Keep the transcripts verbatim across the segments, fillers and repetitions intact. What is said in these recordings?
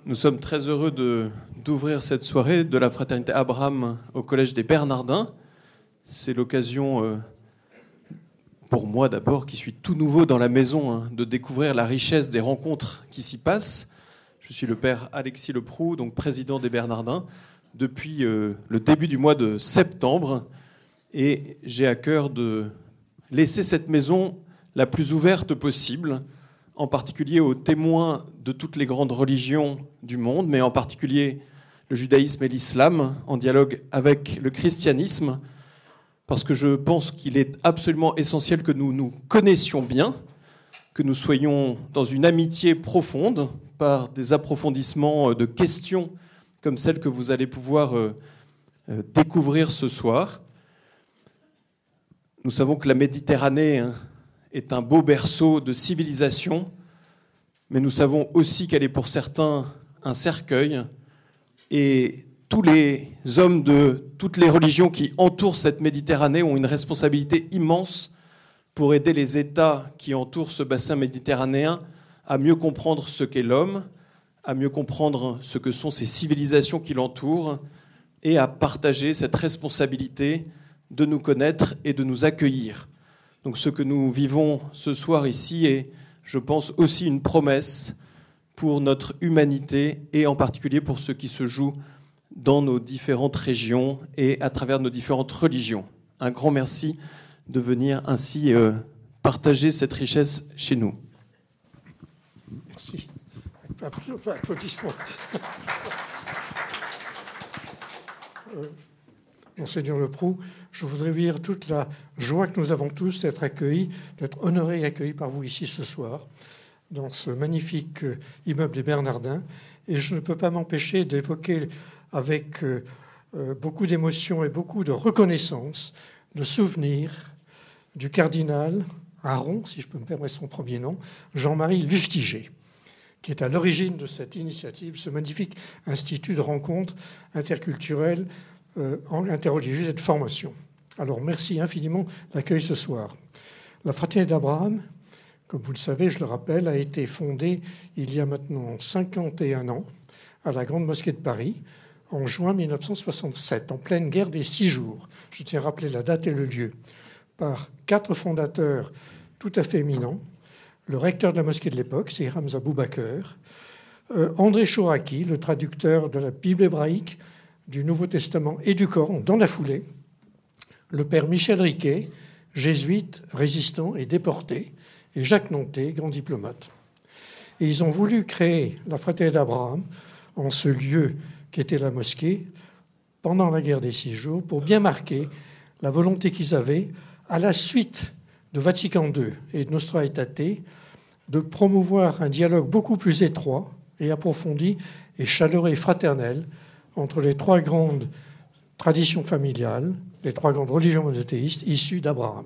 Nous sommes très heureux de, d'ouvrir cette soirée de la Fraternité Abraham au Collège des Bernardins. C'est l'occasion, euh, pour moi d'abord, qui suis tout nouveau dans la maison, hein, de découvrir la richesse des rencontres qui s'y passent. Je suis le père Alexis Leproux, donc président des Bernardins, depuis euh, le début du mois de septembre. Et j'ai à cœur de laisser cette maison la plus ouverte possible, en particulier aux témoins de toutes les grandes religions du monde, mais en particulier le judaïsme et l'islam, en dialogue avec le christianisme, parce que je pense qu'il est absolument essentiel que nous nous connaissions bien, que nous soyons dans une amitié profonde par des approfondissements de questions comme celles que vous allez pouvoir découvrir ce soir. Nous savons que la Méditerranée est un beau berceau de civilisation, mais nous savons aussi qu'elle est pour certains un cercueil, et tous les hommes de toutes les religions qui entourent cette Méditerranée ont une responsabilité immense pour aider les États qui entourent ce bassin méditerranéen à mieux comprendre ce qu'est l'homme, à mieux comprendre ce que sont ces civilisations qui l'entourent, et à partager cette responsabilité de nous connaître et de nous accueillir. Donc ce que nous vivons ce soir ici est, je pense, aussi une promesse pour notre humanité et en particulier pour ce qui se joue dans nos différentes régions et à travers nos différentes religions. Un grand merci de venir ainsi euh, partager cette richesse chez nous. Merci. Applaudissements. euh... Monseigneur Leproux, je voudrais vous dire toute la joie que nous avons tous d'être accueillis, d'être honorés et accueillis par vous ici ce soir, dans ce magnifique immeuble des Bernardins. Et je ne peux pas m'empêcher d'évoquer avec beaucoup d'émotion et beaucoup de reconnaissance le souvenir du cardinal Aron, si je peux me permettre son premier nom, Jean-Marie Lustiger, qui est à l'origine de cette initiative, ce magnifique institut de rencontres interculturelles Euh, interreligieuse et de formation. Alors, merci infiniment d'accueillir ce soir. La Fraternité d'Abraham, comme vous le savez, je le rappelle, a été fondée il y a maintenant cinquante et un ans à la Grande Mosquée de Paris, en juin mille neuf cent soixante-sept, en pleine guerre des Six Jours. Je tiens à rappeler la date et le lieu, par quatre fondateurs tout à fait éminents. Le recteur de la mosquée de l'époque, c'est Hamza Boubaker, euh, André Chouraki, le traducteur de la Bible hébraïque, du Nouveau Testament et du Coran dans la foulée, le père Michel Riquet, jésuite, résistant et déporté, et Jacques Nanté, grand diplomate. Et ils ont voulu créer la Fraternité d'Abraham en ce lieu qui était la mosquée pendant la guerre des Six Jours pour bien marquer la volonté qu'ils avaient, à la suite de Vatican deux et de Nostra Aetate, de promouvoir un dialogue beaucoup plus étroit et approfondi et chaleureux et fraternel entre les trois grandes traditions familiales, les trois grandes religions monothéistes issues d'Abraham.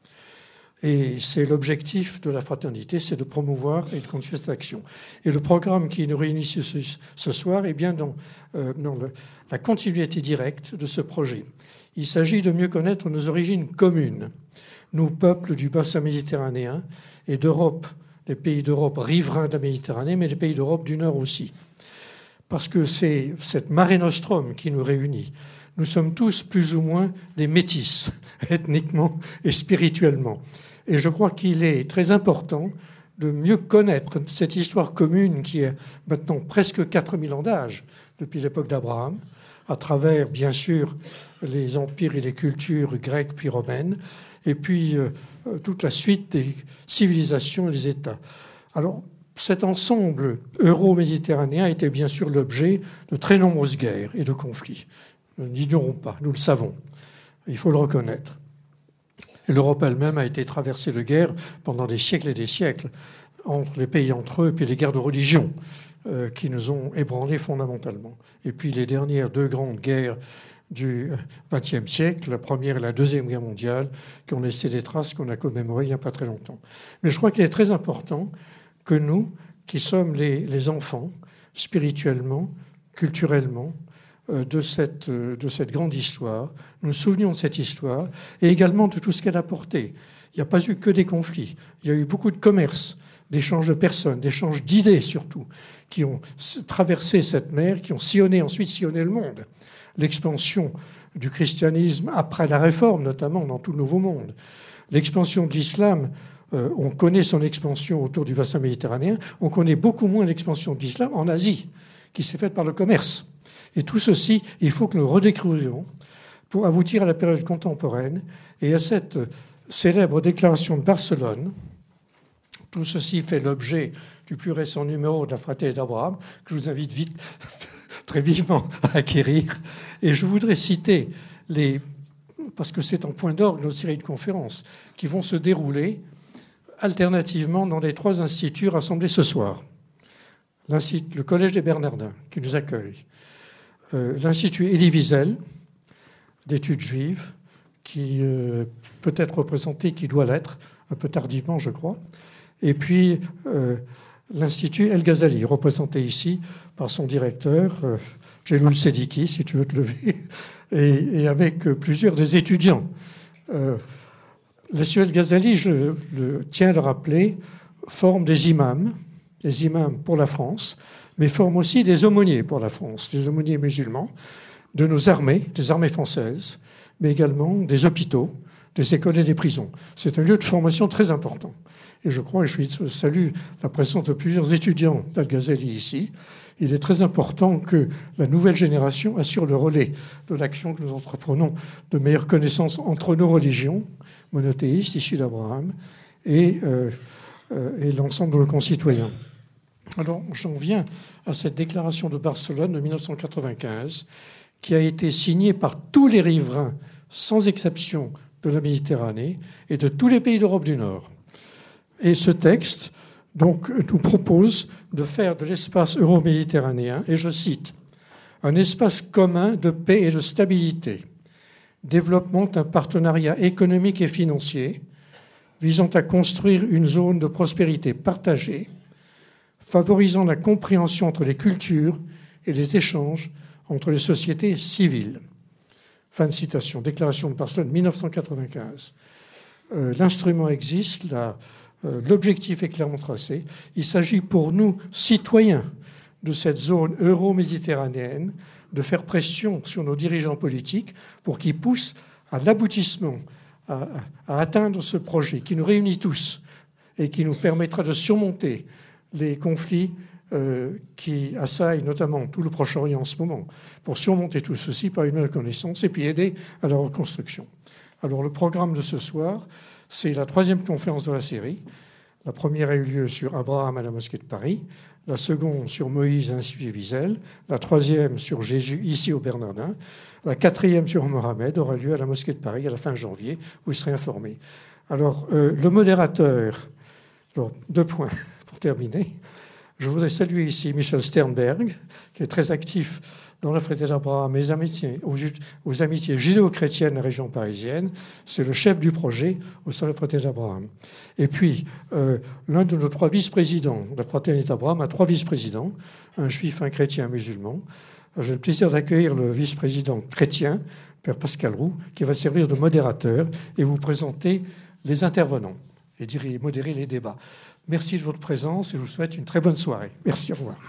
Et c'est l'objectif de la fraternité, c'est de promouvoir et de continuer cette action. Et le programme qui nous réunit ce, ce soir est bien dans, euh, dans le, la continuité directe de ce projet. Il s'agit de mieux connaître nos origines communes, nous, peuples du bassin méditerranéen et d'Europe, les pays d'Europe riverains de la Méditerranée, mais les pays d'Europe du Nord aussi. Parce que c'est cette Mare Nostrum qui nous réunit. Nous sommes tous plus ou moins des métis, ethniquement et spirituellement. Et je crois qu'il est très important de mieux connaître cette histoire commune qui est maintenant presque quatre mille ans d'âge, depuis l'époque d'Abraham, à travers, bien sûr, les empires et les cultures grecques puis romaines, et puis euh, toute la suite des civilisations et des États. Alors, cet ensemble euro-méditerranéen était bien sûr l'objet de très nombreuses guerres et de conflits. Nous n'ignorons pas, nous le savons. Il faut le reconnaître. Et l'Europe elle-même a été traversée de guerres pendant des siècles et des siècles, entre les pays entre eux, et puis les guerres de religion euh, qui nous ont ébranlés fondamentalement. Et puis les dernières deux grandes guerres du vingtième siècle, la première et la deuxième guerre mondiale, qui ont laissé des traces qu'on a commémorées il n'y a pas très longtemps. Mais je crois qu'il est très important que nous, qui sommes les, les enfants, spirituellement, culturellement, euh, de, cette, euh, de cette grande histoire, nous nous souvenions de cette histoire et également de tout ce qu'elle a apporté. Il n'y a pas eu que des conflits. Il y a eu beaucoup de commerce d'échanges de personnes, d'échanges d'idées surtout, qui ont traversé cette mer, qui ont sillonné, ensuite sillonné le monde. L'expansion du christianisme après la Réforme, notamment dans tout le Nouveau Monde. L'expansion de l'islam, euh, on connaît son expansion autour du bassin méditerranéen, on connaît beaucoup moins l'expansion de l'islam en Asie, qui s'est faite par le commerce. Et tout ceci, il faut que nous redécouvrions pour aboutir à la période contemporaine et à cette célèbre déclaration de Barcelone. Tout ceci fait l'objet du plus récent numéro de la Fraternité d'Abraham, que je vous invite vite, très vivement à acquérir. Et je voudrais citer les, parce que c'est en point d'orgue notre série de conférences, qui vont se dérouler alternativement dans les trois instituts rassemblés ce soir. Le Collège des Bernardins, qui nous accueille, euh, l'Institut Elie Wiesel, d'études juives, qui euh, peut être représenté, qui doit l'être, un peu tardivement, je crois, et puis euh, l'Institut El Ghazali, représenté ici par son directeur, euh, Jeloul Sediki, si tu veux te lever, et, et avec euh, plusieurs des étudiants. Euh, L'Institut El Ghazali, je le, tiens à le rappeler, forme des imams, des imams pour la France, mais forme aussi des aumôniers pour la France, des aumôniers musulmans, de nos armées, des armées françaises, mais également des hôpitaux, des écoles et des prisons. C'est un lieu de formation très important. Et je crois, et je salue la présence de plusieurs étudiants d'Al-Ghazali ici, il est très important que la nouvelle génération assure le relais de l'action que nous entreprenons de meilleure connaissance entre nos religions monothéistes issues d'Abraham et, euh, euh, et l'ensemble de nos concitoyens. Alors, j'en viens à cette déclaration de Barcelone de mille neuf cent quatre-vingt-quinze qui a été signée par tous les riverains, sans exception, de la Méditerranée et de tous les pays d'Europe du Nord. Et ce texte donc, nous propose de faire de l'espace euro-méditerranéen, et je cite, « un espace commun de paix et de stabilité, développement d'un partenariat économique et financier visant à construire une zone de prospérité partagée, favorisant la compréhension entre les cultures et les échanges entre les sociétés civiles. » Fin de citation. Déclaration de Barcelone, mille neuf cent quatre-vingt-quinze. Euh, l'instrument existe, la, euh, l'objectif est clairement tracé. Il s'agit pour nous, citoyens de cette zone euro-méditerranéenne, de faire pression sur nos dirigeants politiques pour qu'ils poussent à l'aboutissement, à, à atteindre ce projet qui nous réunit tous et qui nous permettra de surmonter les conflits euh, qui assaillent notamment tout le Proche-Orient en ce moment, pour surmonter tout ceci par une reconnaissance et puis aider à la reconstruction. Alors le programme de ce soir, c'est la troisième conférence de la série. La première a eu lieu sur Abraham à la mosquée de Paris, la seconde sur Moïse à l'Institut Wiesel, la troisième sur Jésus ici au Bernardin, la quatrième sur Mohamed aura lieu à la mosquée de Paris à la fin janvier, vous serez informés. Alors euh, le modérateur, alors, deux points pour terminer. Je voudrais saluer ici Michel Sternberg, qui est très actif dans la Fraternité d'Abraham, aux amitiés, aux, aux amitiés judéo-chrétiennes de la région parisienne. C'est le chef du projet au sein de la Fraternité d'Abraham. Et puis, euh, l'un de nos trois vice-présidents de la Fraternité d'Abraham a trois vice-présidents, un juif, un chrétien, un musulman. J'ai le plaisir d'accueillir le vice-président chrétien, Père Pascal Roux, qui va servir de modérateur et vous présenter les intervenants et modérer les débats. Merci de votre présence et je vous souhaite une très bonne soirée. Merci, au revoir.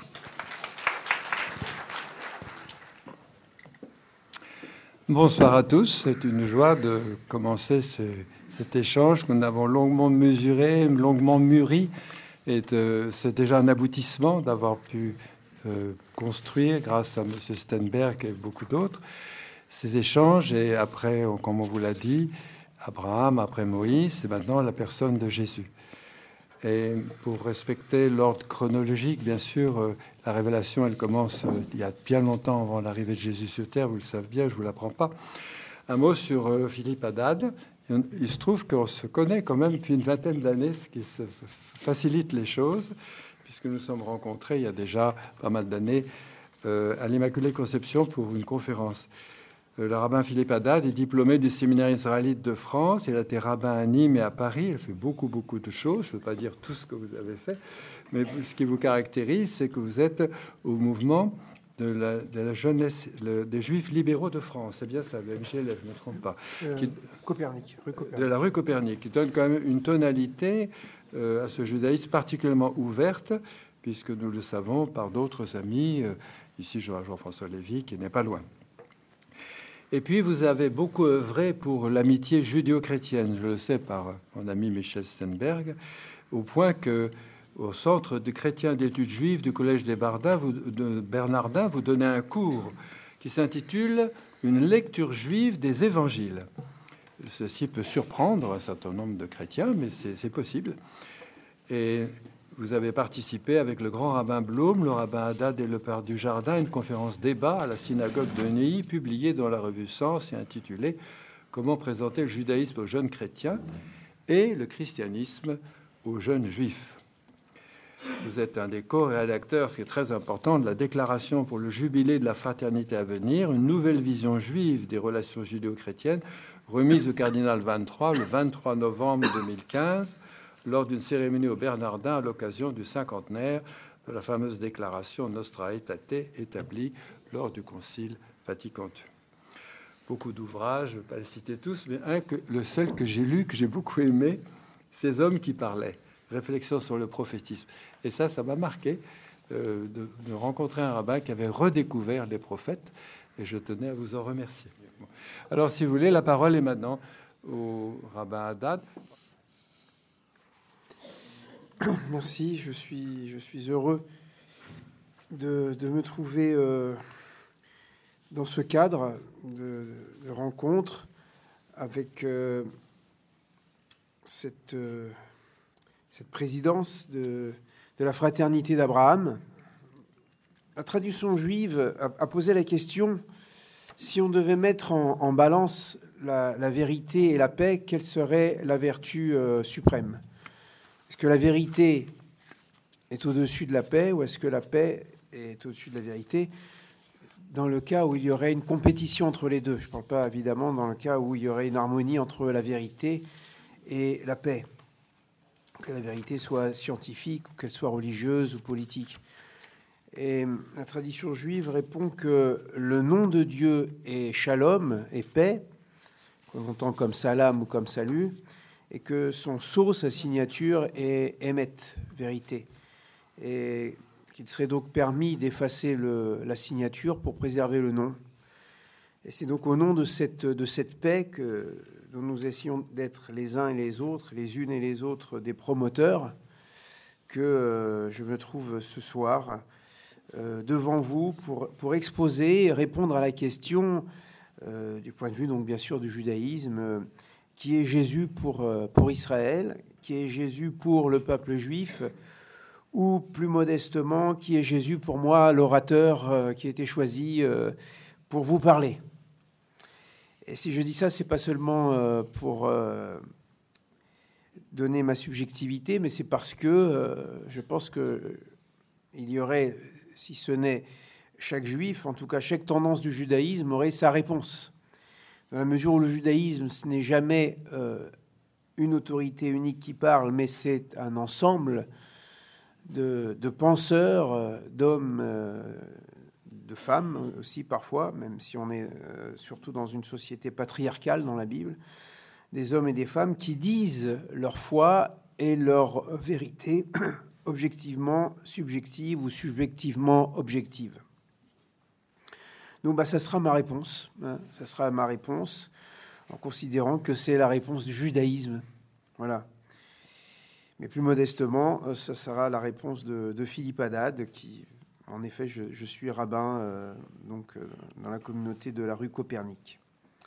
Bonsoir à tous. C'est une joie de commencer ce, cet échange que nous avons longuement mesuré, longuement mûri. Et de, c'est déjà un aboutissement d'avoir pu euh, construire, grâce à M. Sternberg et beaucoup d'autres, ces échanges. Et après, comme on vous l'a dit, Abraham, après Moïse, c'est maintenant la personne de Jésus. Et pour respecter l'ordre chronologique, bien sûr, euh, la révélation, elle commence euh, il y a bien longtemps avant l'arrivée de Jésus sur Terre, vous le savez bien, je ne vous l'apprends pas. Un mot sur euh, Philippe Haddad. Il se trouve qu'on se connaît quand même depuis une vingtaine d'années, ce qui se facilite les choses, puisque nous sommes rencontrés il y a déjà pas mal d'années euh, à l'Immaculée Conception pour une conférence. Le rabbin Philippe Haddad est diplômé du séminaire israélite de France. Il a été rabbin à Nîmes et à Paris. Il a fait beaucoup, beaucoup de choses. Je ne veux pas dire tout ce que vous avez fait. Mais ce qui vous caractérise, c'est que vous êtes au mouvement de la, de la jeunesse le, des Juifs libéraux de France. C'est bien ça, Michel, je ne me trompe pas. Euh, qui, Copernic, rue Copernic. De la rue Copernic, qui donne quand même une tonalité euh, à ce judaïsme particulièrement ouverte, puisque nous le savons par d'autres amis, euh, ici Jean-François Lévy, qui n'est pas loin. Et puis, vous avez beaucoup œuvré pour l'amitié judéo-chrétienne, je le sais par mon ami Michel Stenberg, au point que au Centre de chrétiens d'études juives du Collège des Bernardins, vous, de Bernardins, vous donnez un cours qui s'intitule « Une lecture juive des évangiles ». Ceci peut surprendre un certain nombre de chrétiens, mais c'est possible. Et vous avez participé avec le grand rabbin Blum, le rabbin Haddad et le père Dujardin à une conférence débat à la synagogue de Neuilly, publiée dans la revue Sens et intitulée « Comment présenter le judaïsme aux jeunes chrétiens et le christianisme aux jeunes juifs ». Vous êtes un des co-rédacteurs, ce qui est très important, de la déclaration pour le jubilé de la fraternité à venir, une nouvelle vision juive des relations judéo-chrétiennes, remise au cardinal vingt-trois le vingt-trois novembre deux mille quinze, lors d'une cérémonie au Bernardin à l'occasion du cinquantenaire de la fameuse déclaration Nostra Aetate établie lors du Concile Vatican deux. Beaucoup d'ouvrages, je ne vais pas les citer tous, mais un que, le seul que j'ai lu, que j'ai beaucoup aimé, Ces hommes qui parlaient. Réflexion sur le prophétisme. Et ça, ça m'a marqué euh, de, de rencontrer un rabbin qui avait redécouvert les prophètes, et je tenais à vous en remercier. Alors, si vous voulez, la parole est maintenant au rabbin Haddad. Merci, je suis, je suis heureux de, de me trouver euh, dans ce cadre de, de rencontre avec euh, cette... Euh, cette présidence de, de la fraternité d'Abraham. La tradition juive a, a posé la question, si on devait mettre en, en balance la, la vérité et la paix, quelle serait la vertu euh, suprême? Est-ce que la vérité est au-dessus de la paix, ou est-ce que la paix est au-dessus de la vérité, dans le cas où il y aurait une compétition entre les deux? Je ne parle pas évidemment dans le cas où il y aurait une harmonie entre la vérité et la paix, que la vérité soit scientifique, ou qu'elle soit religieuse ou politique. Et la tradition juive répond que le nom de Dieu est shalom, et paix, qu'on entend comme salam ou comme salut, et que son sceau, sa signature, est émet, vérité. Et qu'il serait donc permis d'effacer le, la signature pour préserver le nom. Et c'est donc au nom de cette, de cette paix que dont nous essayons d'être les uns et les autres, les unes et les autres, des promoteurs, que euh, je me trouve ce soir euh, devant vous pour, pour exposer et répondre à la question, euh, du point de vue donc bien sûr du judaïsme, euh, qui est Jésus pour, euh, pour Israël, qui est Jésus pour le peuple juif, ou plus modestement, qui est Jésus pour moi, l'orateur euh, qui a été choisi euh, pour vous parler. Et si je dis ça, c'est pas seulement euh, pour euh, donner ma subjectivité, mais c'est parce que euh, je pense que il y aurait, si ce n'est chaque juif, en tout cas chaque tendance du judaïsme aurait sa réponse. Dans la mesure où le judaïsme, ce n'est jamais euh, une autorité unique qui parle, mais c'est un ensemble de, de penseurs, d'hommes, euh, de femmes aussi parfois, même si on est euh, surtout dans une société patriarcale dans la Bible, des hommes et des femmes qui disent leur foi et leur vérité objectivement subjective ou subjectivement objective. Donc bah, ça sera ma réponse, hein, ça sera ma réponse en considérant que c'est la réponse du judaïsme. Voilà. Mais plus modestement, ça sera la réponse de, de Philippe Haddad, qui... En effet, je, je suis rabbin euh, donc, euh, dans la communauté de la rue Copernic.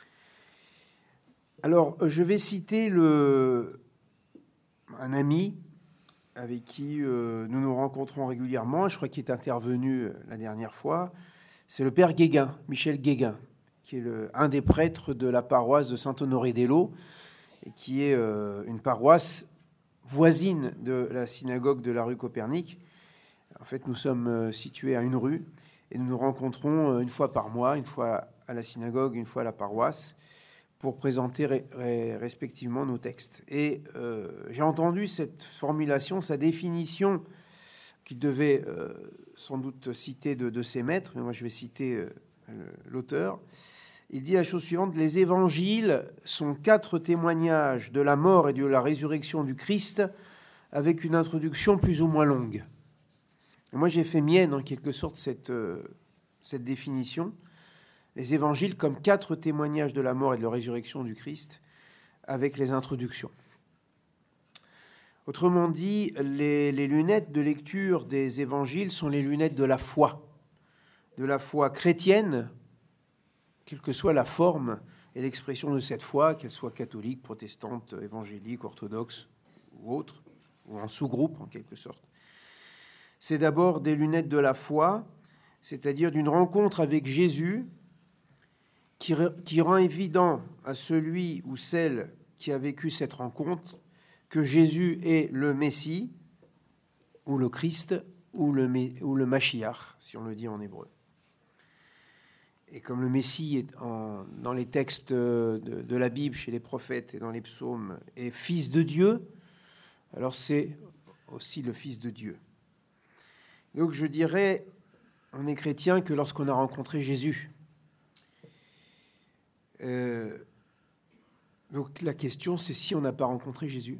Alors, je vais citer le, un ami avec qui euh, nous nous rencontrons régulièrement, je crois qu'il est intervenu la dernière fois, c'est le père Guéguin, Michel Guéguin, qui est le, un des prêtres de la paroisse de Saint-Honoré-d'Eylau, et qui est euh, une paroisse voisine de la synagogue de la rue Copernic. En fait, nous sommes situés à une rue et nous nous rencontrons une fois par mois, une fois à la synagogue, une fois à la paroisse, pour présenter ré- ré- respectivement nos textes. Et euh, j'ai entendu cette formulation, sa définition, qu'il devait euh, sans doute citer de, de ses maîtres, mais moi je vais citer euh, l'auteur. Il dit la chose suivante: les évangiles sont quatre témoignages de la mort et de la résurrection du Christ avec une introduction plus ou moins longue. Et moi, j'ai fait mienne, en quelque sorte, cette, euh, cette définition. Les évangiles comme quatre témoignages de la mort et de la résurrection du Christ, avec les introductions. Autrement dit, les, les lunettes de lecture des évangiles sont les lunettes de la foi, de la foi chrétienne, quelle que soit la forme et l'expression de cette foi, qu'elle soit catholique, protestante, évangélique, orthodoxe ou autre, ou en sous-groupe en quelque sorte. C'est d'abord des lunettes de la foi, c'est-à-dire d'une rencontre avec Jésus qui, qui rend évident à celui ou celle qui a vécu cette rencontre que Jésus est le Messie, ou le Christ, ou le, ou le Mashiach, si on le dit en hébreu. Et comme le Messie, est en, dans les textes de, de la Bible, chez les prophètes et dans les psaumes, est fils de Dieu, alors c'est aussi le Fils de Dieu. Donc je dirais, on est chrétien que lorsqu'on a rencontré Jésus. Euh, donc la question, c'est si on n'a pas rencontré Jésus.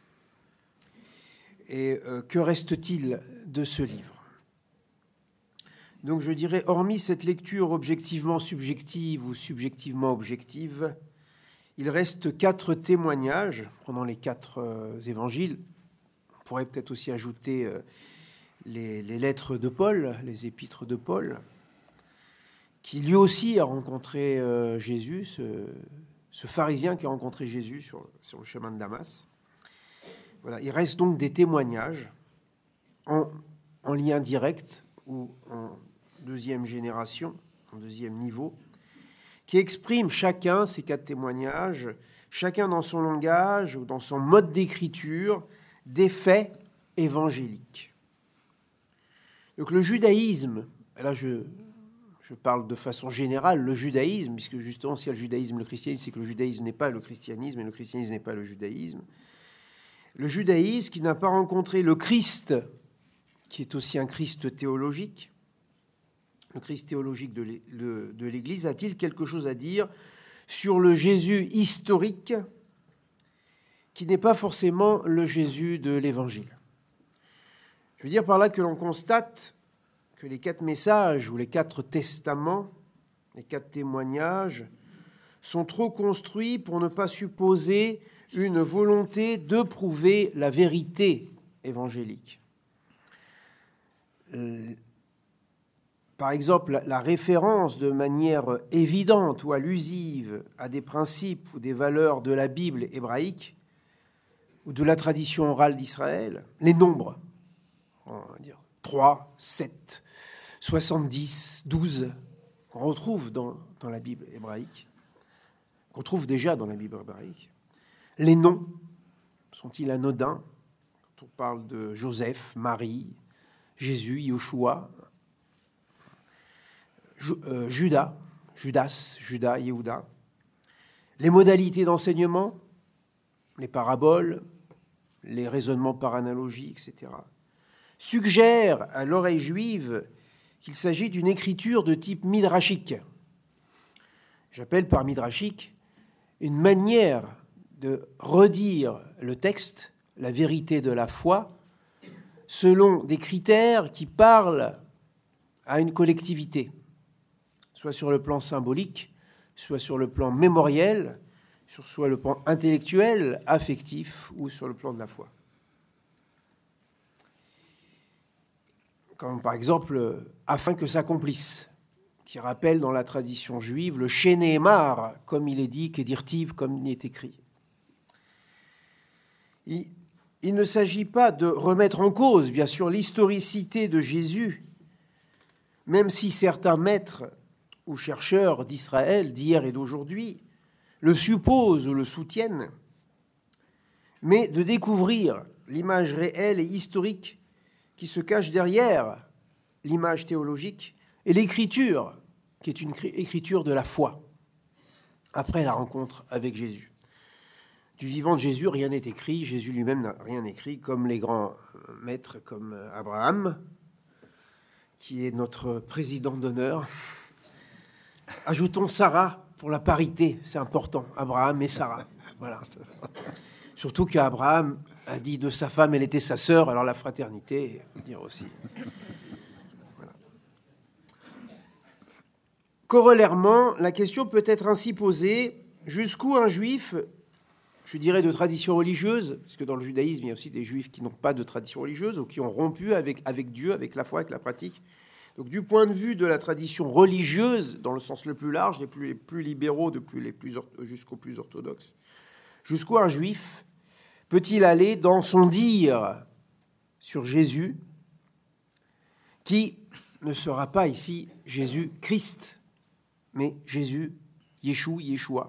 Et euh, que reste-t-il de ce livre ? Donc je dirais, hormis cette lecture objectivement subjective ou subjectivement objective, il reste quatre témoignages, prenant les quatre euh, évangiles. On pourrait peut-être aussi ajouter euh, les, les lettres de Paul, les épîtres de Paul, qui lui aussi a rencontré euh, Jésus, ce, ce pharisien qui a rencontré Jésus sur, sur le chemin de Damas. Voilà, il reste donc des témoignages en, en lien direct ou en deuxième génération, en deuxième niveau, qui expriment chacun, ces quatre témoignages, chacun dans son langage ou dans son mode d'écriture, des faits évangéliques. Donc le judaïsme, là je, je parle de façon générale, le judaïsme, puisque justement s'il y a le judaïsme et le christianisme, c'est que le judaïsme n'est pas le christianisme et le christianisme n'est pas le judaïsme. Le judaïsme qui n'a pas rencontré le Christ, qui est aussi un Christ théologique, le Christ théologique de l'Église, a-t-il quelque chose à dire sur le Jésus historique qui n'est pas forcément le Jésus de l'Évangile ? Je veux dire par là que l'on constate que les quatre messages ou les quatre testaments, les quatre témoignages, sont trop construits pour ne pas supposer une volonté de prouver la vérité évangélique. Par exemple, la référence de manière évidente ou allusive à des principes ou des valeurs de la Bible hébraïque ou de la tradition orale d'Israël, les nombres, on va dire trois, sept, soixante-dix, douze, qu'on retrouve dans, dans la Bible hébraïque, qu'on trouve déjà dans la Bible hébraïque. Les noms, sont-ils anodins quand on parle de Joseph, Marie, Jésus, Yoshua, euh, Judas, Judas, Judas, Yehuda. Les modalités d'enseignement, les paraboles, les raisonnements par analogie, et cetera, suggèrent à l'oreille juive qu'il s'agit d'une écriture de type midrashique. J'appelle par midrashique une manière de redire le texte, la vérité de la foi, selon des critères qui parlent à une collectivité, soit sur le plan symbolique, soit sur le plan mémoriel, soit le plan intellectuel, affectif, ou sur le plan de la foi. Comme par exemple, afin que s'accomplisse, qui rappelle dans la tradition juive le Shenéemar, comme il est dit, Kedirtiv, comme il est écrit. Il, il ne s'agit pas de remettre en cause, bien sûr, l'historicité de Jésus, même si certains maîtres ou chercheurs d'Israël d'hier et d'aujourd'hui le supposent ou le soutiennent, mais de découvrir l'image réelle et historique qui se cache derrière l'image théologique et l'écriture, qui est une écriture de la foi, après la rencontre avec Jésus. Du vivant de Jésus, rien n'est écrit. Jésus lui-même n'a rien écrit, comme les grands maîtres, comme Abraham, qui est notre président d'honneur. Ajoutons Sarah pour la parité, c'est important, Abraham et Sarah. Voilà. Surtout qu'Abraham a dit de sa femme, elle était sa sœur, alors la fraternité, on peut dire aussi. Voilà. Corollairement, la question peut être ainsi posée, jusqu'où un juif, je dirais de tradition religieuse, parce que dans le judaïsme, il y a aussi des juifs qui n'ont pas de tradition religieuse ou qui ont rompu avec, avec Dieu, avec la foi, avec la pratique. Donc du point de vue de la tradition religieuse, dans le sens le plus large, les plus, les plus libéraux depuis les plus, jusqu'aux plus orthodoxes, jusqu'où un juif peut-il aller dans son dire sur Jésus, qui ne sera pas ici Jésus-Christ, mais Jésus, Yeshua, Yeshua.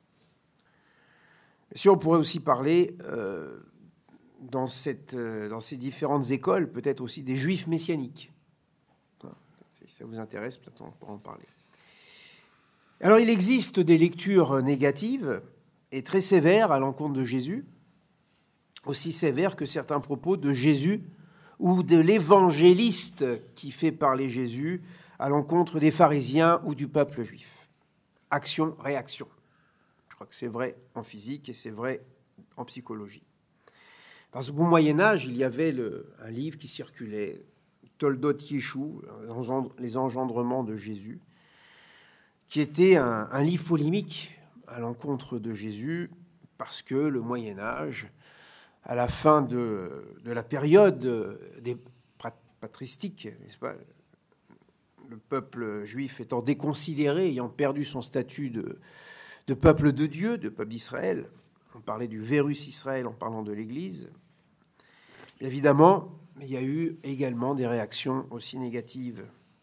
Si on pourrait aussi parler, euh, dans, cette, euh, dans ces différentes écoles, peut-être aussi des juifs messianiques. Si ça vous intéresse, peut-être on pourra en parler. Alors, il existe des lectures négatives et très sévères à l'encontre de Jésus, aussi sévères que certains propos de Jésus ou de l'évangéliste qui fait parler Jésus à l'encontre des pharisiens ou du peuple juif. Action, réaction. Je crois que c'est vrai en physique et c'est vrai en psychologie. Parce qu'au Moyen-Âge, il y avait le, un livre qui circulait, Toldot Yeshua, les engendrements de Jésus, qui était un, un livre polémique à l'encontre de Jésus, parce que le Moyen-Âge, à la fin de, de la période des patristiques, n'est-ce pas, le peuple juif étant déconsidéré, ayant perdu son statut de, de peuple de Dieu, de peuple d'Israël, on parlait du Vérus Israël en parlant de l'Église, évidemment, il y a eu également des réactions aussi négatives.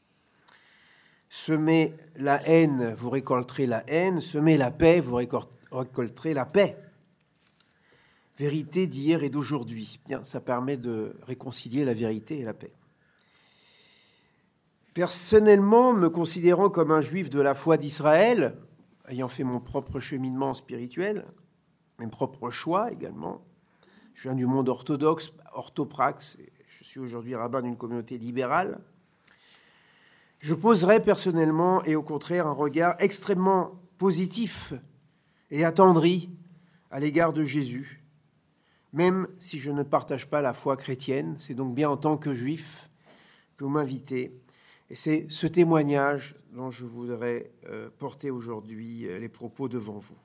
Semez la haine, vous récolterez la haine. Semez la paix, vous récolterez la paix. Vérité d'hier et d'aujourd'hui. Bien, ça permet de réconcilier la vérité et la paix. Personnellement, me considérant comme un juif de la foi d'Israël, ayant fait mon propre cheminement spirituel, mes propres choix également, je viens du monde orthodoxe, orthopraxe, je suis aujourd'hui rabbin d'une communauté libérale. Je poserai personnellement et au contraire un regard extrêmement positif et attendri à l'égard de Jésus, même si je ne partage pas la foi chrétienne. C'est donc bien en tant que juif que vous m'invitez. Et c'est ce témoignage dont je voudrais euh, porter aujourd'hui euh, les propos devant vous.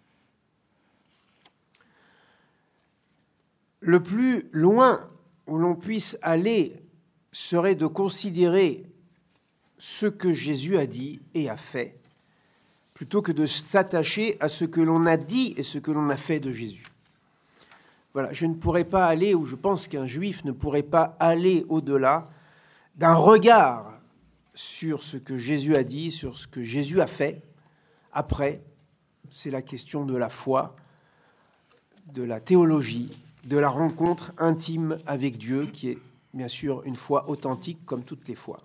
Le plus loin où l'on puisse aller serait de considérer ce que Jésus a dit et a fait, plutôt que de s'attacher à ce que l'on a dit et ce que l'on a fait de Jésus. Voilà, je ne pourrais pas aller, ou je pense qu'un juif ne pourrait pas aller au-delà d'un regard sur ce que Jésus a dit, sur ce que Jésus a fait. Après, c'est la question de la foi, de la théologie, de la rencontre intime avec Dieu, qui est bien sûr une foi authentique comme toutes les fois.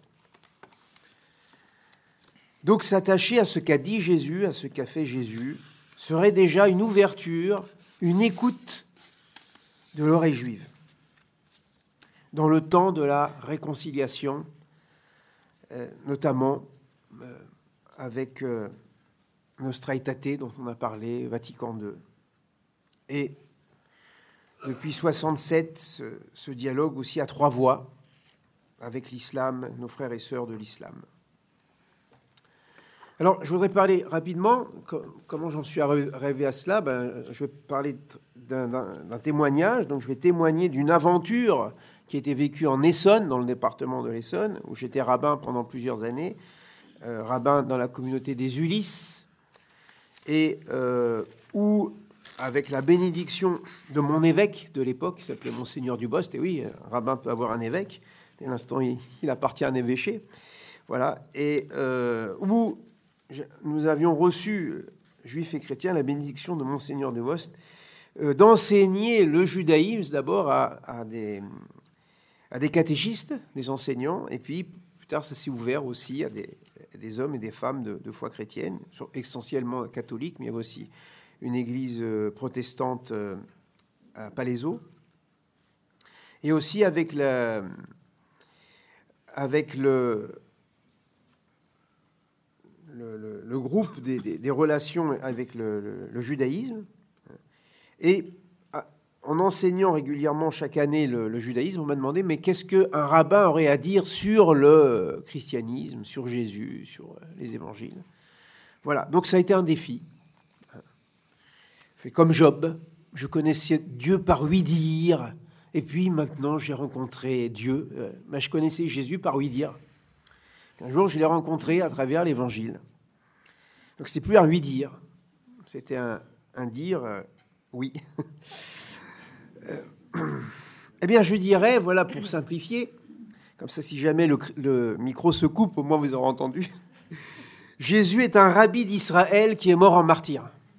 Donc s'attacher à ce qu'a dit Jésus, à ce qu'a fait Jésus, serait déjà une ouverture, une écoute de l'oreille juive. Dans le temps de la réconciliation, euh, notamment euh, avec euh, Nostra Aetate, dont on a parlé, Vatican deux. Et depuis soixante-sept, ce, ce dialogue aussi à trois voix avec l'islam, nos frères et sœurs de l'islam. Alors, je voudrais parler rapidement, comment j'en suis arrivé à cela. Ben, je vais parler d'un, d'un, d'un témoignage. Donc, je vais témoigner d'une aventure qui a été vécue en Essonne, dans le département de l'Essonne, où j'étais rabbin pendant plusieurs années, euh, rabbin dans la communauté des Ulysses, et euh, où, avec la bénédiction de mon évêque de l'époque, qui s'appelait Monseigneur Dubost, et oui, un rabbin peut avoir un évêque, dès l'instant il, il appartient à un évêché, voilà, et euh, où nous avions reçu, juifs et chrétiens, la bénédiction de Monseigneur Dubost, euh, d'enseigner le judaïsme d'abord à, à, des, à des catéchistes, des enseignants, et puis plus tard ça s'est ouvert aussi à des, à des hommes et des femmes de, de foi chrétienne, essentiellement catholiques, mais il y avait aussi une église protestante à Palaiseau, et aussi avec, la, avec le, le, le, le groupe des, des, des relations avec le, le, le judaïsme. Et en enseignant régulièrement chaque année le, le judaïsme, on m'a demandé, mais qu'est-ce qu'un rabbin aurait à dire sur le christianisme, sur Jésus, sur les évangiles? Voilà, donc ça a été un défi. Fait comme Job, je connaissais Dieu par ouï-dire, et puis maintenant j'ai rencontré Dieu. Euh, ben, je connaissais Jésus par ouï-dire. Un jour, je l'ai rencontré à travers l'évangile. Donc c'est plus un ouï-dire, c'était un, un dire euh, oui. euh, eh bien, je dirais, voilà, pour simplifier, comme ça, si jamais le, le micro se coupe, au moins vous aurez entendu. Jésus est un rabbi d'Israël qui est mort en martyr.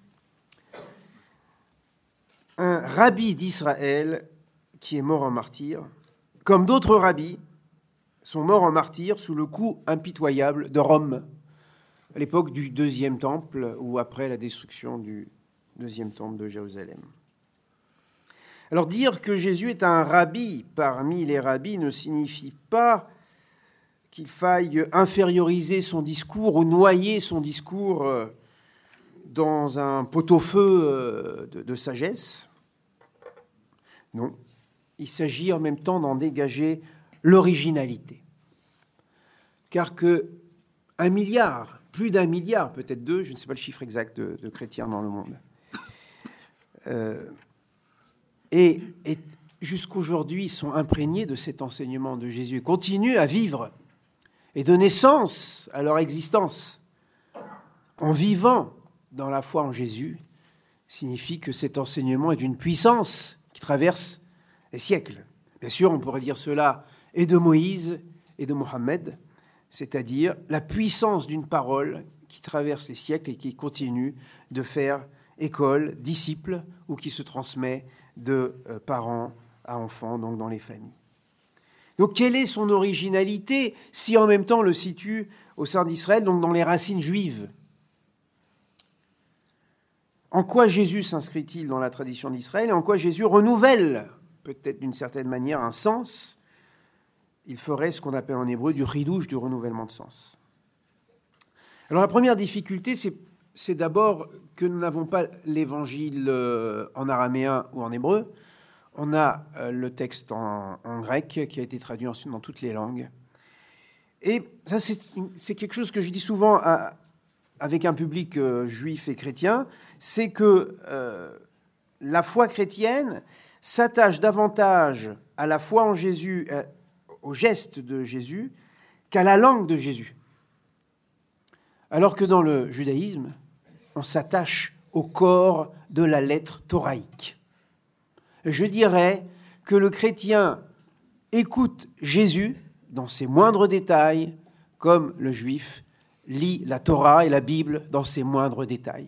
Un rabbi d'Israël qui est mort en martyr, comme d'autres rabbis sont morts en martyr sous le coup impitoyable de Rome, à l'époque du deuxième temple ou après la destruction du deuxième temple de Jérusalem. Alors dire que Jésus est un rabbi parmi les rabbis ne signifie pas qu'il faille inférioriser son discours ou noyer son discours dans un pot-au-feu de, de sagesse. Non, il s'agit en même temps d'en dégager l'originalité. Car que un milliard, plus d'un milliard, peut-être deux, je ne sais pas le chiffre exact de, de chrétiens dans le monde, euh, et, et jusqu'aujourd'hui sont imprégnés de cet enseignement de Jésus et continuent à vivre et donner sens à leur existence en vivant dans la foi en Jésus, signifie que cet enseignement est d'une puissance qui traverse les siècles. Bien sûr, on pourrait dire cela et de Moïse et de Mohammed, c'est-à-dire la puissance d'une parole qui traverse les siècles et qui continue de faire école, disciple, ou qui se transmet de euh, parents à enfants, donc dans les familles. Donc, quelle est son originalité si en même temps on le situe au sein d'Israël, donc dans les racines juives? En quoi Jésus s'inscrit-il dans la tradition d'Israël et en quoi Jésus renouvelle, peut-être d'une certaine manière, un sens? Il ferait ce qu'on appelle en hébreu du chidouche, du renouvellement de sens. Alors la première difficulté, c'est, c'est d'abord que nous n'avons pas l'évangile en araméen ou en hébreu. On a le texte en, en grec qui a été traduit ensuite dans toutes les langues. Et ça, c'est, c'est quelque chose que je dis souvent à, avec un public euh, juif et chrétien, c'est que euh, la foi chrétienne s'attache davantage à la foi en Jésus, euh, au geste de Jésus, qu'à la langue de Jésus. Alors que dans le judaïsme, on s'attache au corps de la lettre thoraïque. Je dirais que le chrétien écoute Jésus dans ses moindres détails, comme le juif lit la Torah et la Bible dans ses moindres détails.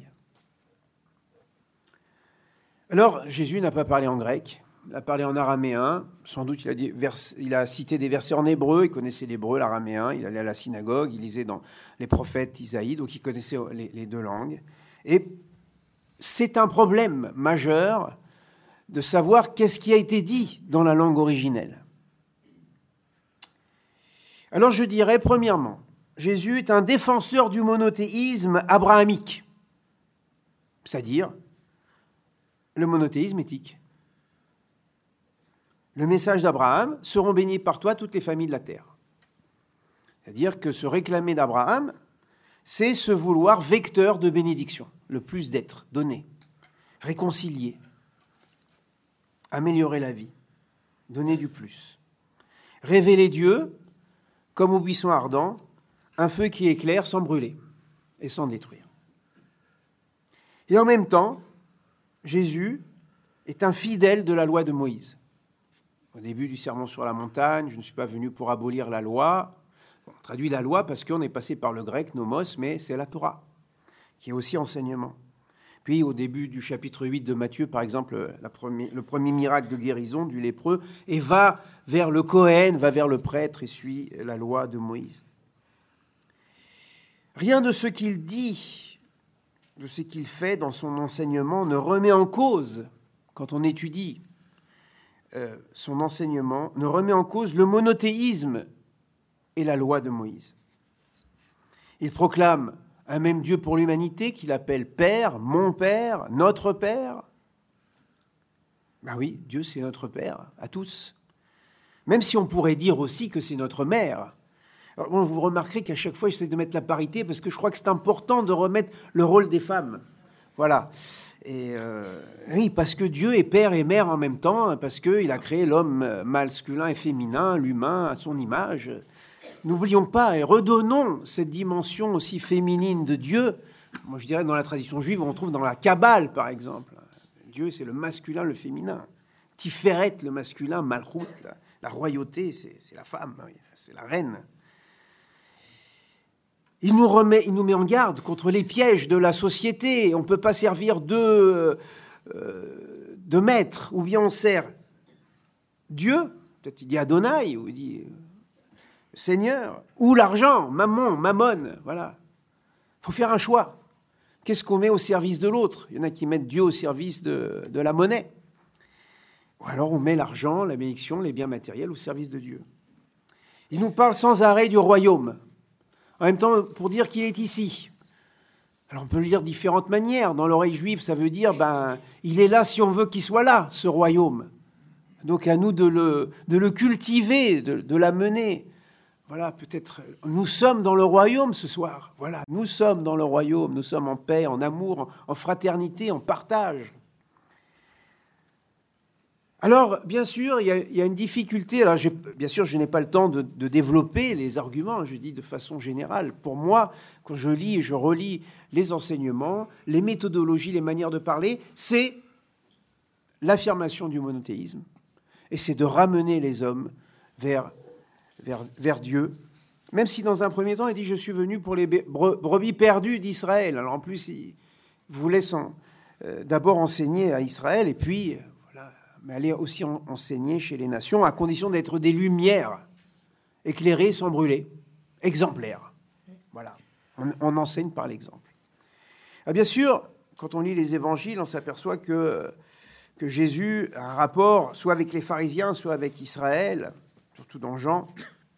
Alors, Jésus n'a pas parlé en grec, il a parlé en araméen. Sans doute, il a, dit vers, il a cité des versets en hébreu, il connaissait l'hébreu, l'araméen, il allait à la synagogue, il lisait dans les prophètes Isaïe, donc il connaissait les, les deux langues. Et c'est un problème majeur de savoir qu'est-ce qui a été dit dans la langue originelle. Alors je dirais, premièrement, Jésus est un défenseur du monothéisme abrahamique, c'est-à-dire le monothéisme éthique. Le message d'Abraham, seront bénies par toi toutes les familles de la terre. C'est-à-dire que se réclamer d'Abraham, c'est se vouloir vecteur de bénédiction, le plus d'être, donner, réconcilier, améliorer la vie, donner du plus. Révéler Dieu, comme au buisson ardent, un feu qui éclaire sans brûler et sans détruire. Et en même temps, Jésus est un fidèle de la loi de Moïse. Au début du sermon sur la montagne, je ne suis pas venu pour abolir la loi. On traduit la loi parce qu'on est passé par le grec nomos, mais c'est la Torah, qui est aussi enseignement. Puis au début du chapitre huit de Matthieu, par exemple, la premier, le premier miracle de guérison du lépreux, et va vers le Cohen, va vers le prêtre et suit la loi de Moïse. Rien de ce qu'il dit, de ce qu'il fait dans son enseignement ne remet en cause, quand on étudie euh, son enseignement, ne remet en cause le monothéisme et la loi de Moïse. Il proclame un même Dieu pour l'humanité qu'il appelle Père, mon Père, notre Père. Ben oui, Dieu, c'est notre Père, à tous. Même si on pourrait dire aussi que c'est notre mère. Alors, bon, vous remarquerez qu'à chaque fois, j'essaie de mettre la parité parce que je crois que c'est important de remettre le rôle des femmes. Voilà. Et euh, oui, parce que Dieu est père et mère en même temps, parce qu'il a créé l'homme masculin et féminin, l'humain à son image. N'oublions pas et redonnons cette dimension aussi féminine de Dieu. Moi, je dirais dans la tradition juive, on trouve dans la Kabbale, par exemple. Dieu, c'est le masculin, le féminin. Tiferet, le masculin, Malchut, la, la royauté, c'est, c'est la femme, c'est la reine. Il nous, remet, il nous met en garde contre les pièges de la société. On ne peut pas servir de, euh, de maître, ou bien on sert Dieu, peut-être il dit Adonai, ou il dit Seigneur, ou l'argent, mammon, mammon, voilà. Il faut faire un choix. Qu'est-ce qu'on met au service de l'autre ? Il y en a qui mettent Dieu au service de, de la monnaie. Ou alors on met l'argent, la bénédiction, les biens matériels au service de Dieu. Il nous parle sans arrêt du royaume. En même temps, pour dire qu'il est ici. Alors on peut le lire de différentes manières. Dans l'oreille juive, ça veut dire, ben, il est là si on veut qu'il soit là, ce royaume. Donc à nous de le, de le cultiver, de, de l'amener. Voilà, peut-être, nous sommes dans le royaume ce soir. Voilà, nous sommes dans le royaume. Nous sommes en paix, en amour, en, en fraternité, en partage. Alors, bien sûr, il y a, il y a une difficulté. Alors, je, bien sûr, je n'ai pas le temps de, de développer les arguments, je dis de façon générale. Pour moi, quand je lis et je relis les enseignements, les méthodologies, les manières de parler, c'est l'affirmation du monothéisme. Et c'est de ramener les hommes vers, vers, vers Dieu. Même si, dans un premier temps, il dit « Je suis venu pour les brebis perdues d'Israël ». Alors, en plus, il voulait son, euh, d'abord enseigner à Israël, et puis... mais aller aussi enseigner chez les nations, à condition d'être des lumières, éclairées sans brûler, exemplaires. Voilà, on, on enseigne par l'exemple. Ah, bien sûr, quand on lit les évangiles, on s'aperçoit que, que Jésus a un rapport soit avec les pharisiens, soit avec Israël, surtout dans Jean,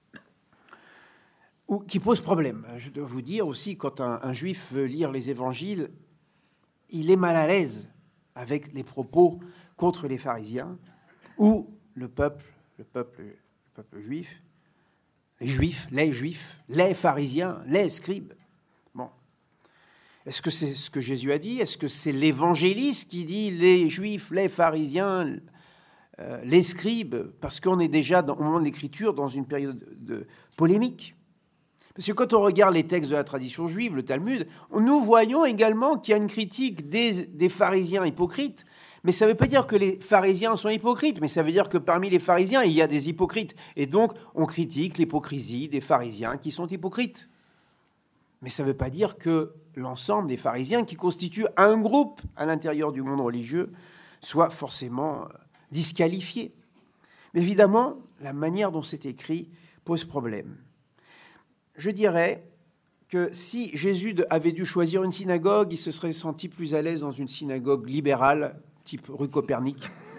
ou, qui pose problème. Je dois vous dire aussi, quand un, un juif veut lire les évangiles, il est mal à l'aise avec les propos contre les pharisiens ou le peuple, le peuple, le peuple juif, les juifs, les juifs, les pharisiens, les scribes. Bon. Est-ce que c'est ce que Jésus a dit ? Est-ce que c'est l'évangéliste qui dit les juifs, les pharisiens, euh, les scribes ? Parce qu'on est déjà, dans, au moment de l'écriture, dans une période de polémique. Parce que quand on regarde les textes de la tradition juive, le Talmud, nous voyons également qu'il y a une critique des, des pharisiens hypocrites. Mais ça ne veut pas dire que les pharisiens sont hypocrites, mais ça veut dire que parmi les pharisiens, il y a des hypocrites. Et donc, on critique l'hypocrisie des pharisiens qui sont hypocrites. Mais ça ne veut pas dire que l'ensemble des pharisiens, qui constituent un groupe à l'intérieur du monde religieux, soient forcément disqualifiés. Mais évidemment, la manière dont c'est écrit pose problème. Je dirais que si Jésus avait dû choisir une synagogue, il se serait senti plus à l'aise dans une synagogue libérale, type rue Copernic,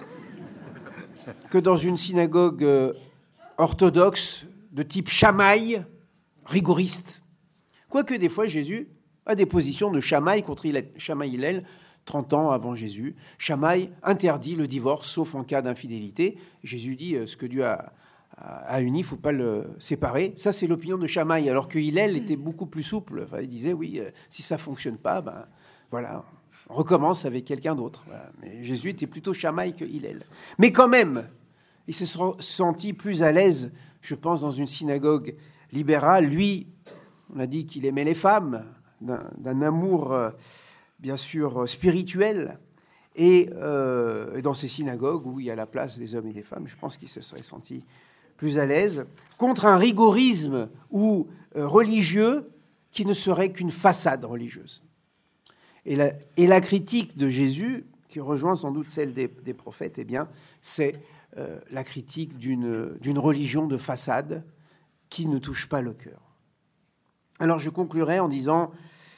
que dans une synagogue euh, orthodoxe de type Chamaï, rigoriste. Quoique des fois, Jésus a des positions de Chamaï contre Chamaï Hillel, trente ans avant Jésus. Chamaï interdit le divorce, sauf en cas d'infidélité. Jésus dit euh, ce que Dieu a, a uni, il ne faut pas le séparer. Ça, c'est l'opinion de Chamaï, alors que Hillel était beaucoup plus souple. Enfin, il disait, oui, euh, si ça ne fonctionne pas, ben voilà... on recommence avec quelqu'un d'autre. Voilà. Mais Jésus était plutôt Chamaï que Hillel. Mais quand même, il se sentit plus à l'aise, je pense, dans une synagogue libérale. Lui, on a dit qu'il aimait les femmes, d'un, d'un amour, euh, bien sûr, spirituel. Et, euh, et dans ces synagogues où il y a la place des hommes et des femmes, je pense qu'il se serait senti plus à l'aise, contre un rigorisme ou euh, religieux qui ne serait qu'une façade religieuse. Et la, et la critique de Jésus, qui rejoint sans doute celle des, des prophètes, eh bien, c'est euh, la critique d'une, d'une religion de façade qui ne touche pas le cœur. Alors je conclurai en disant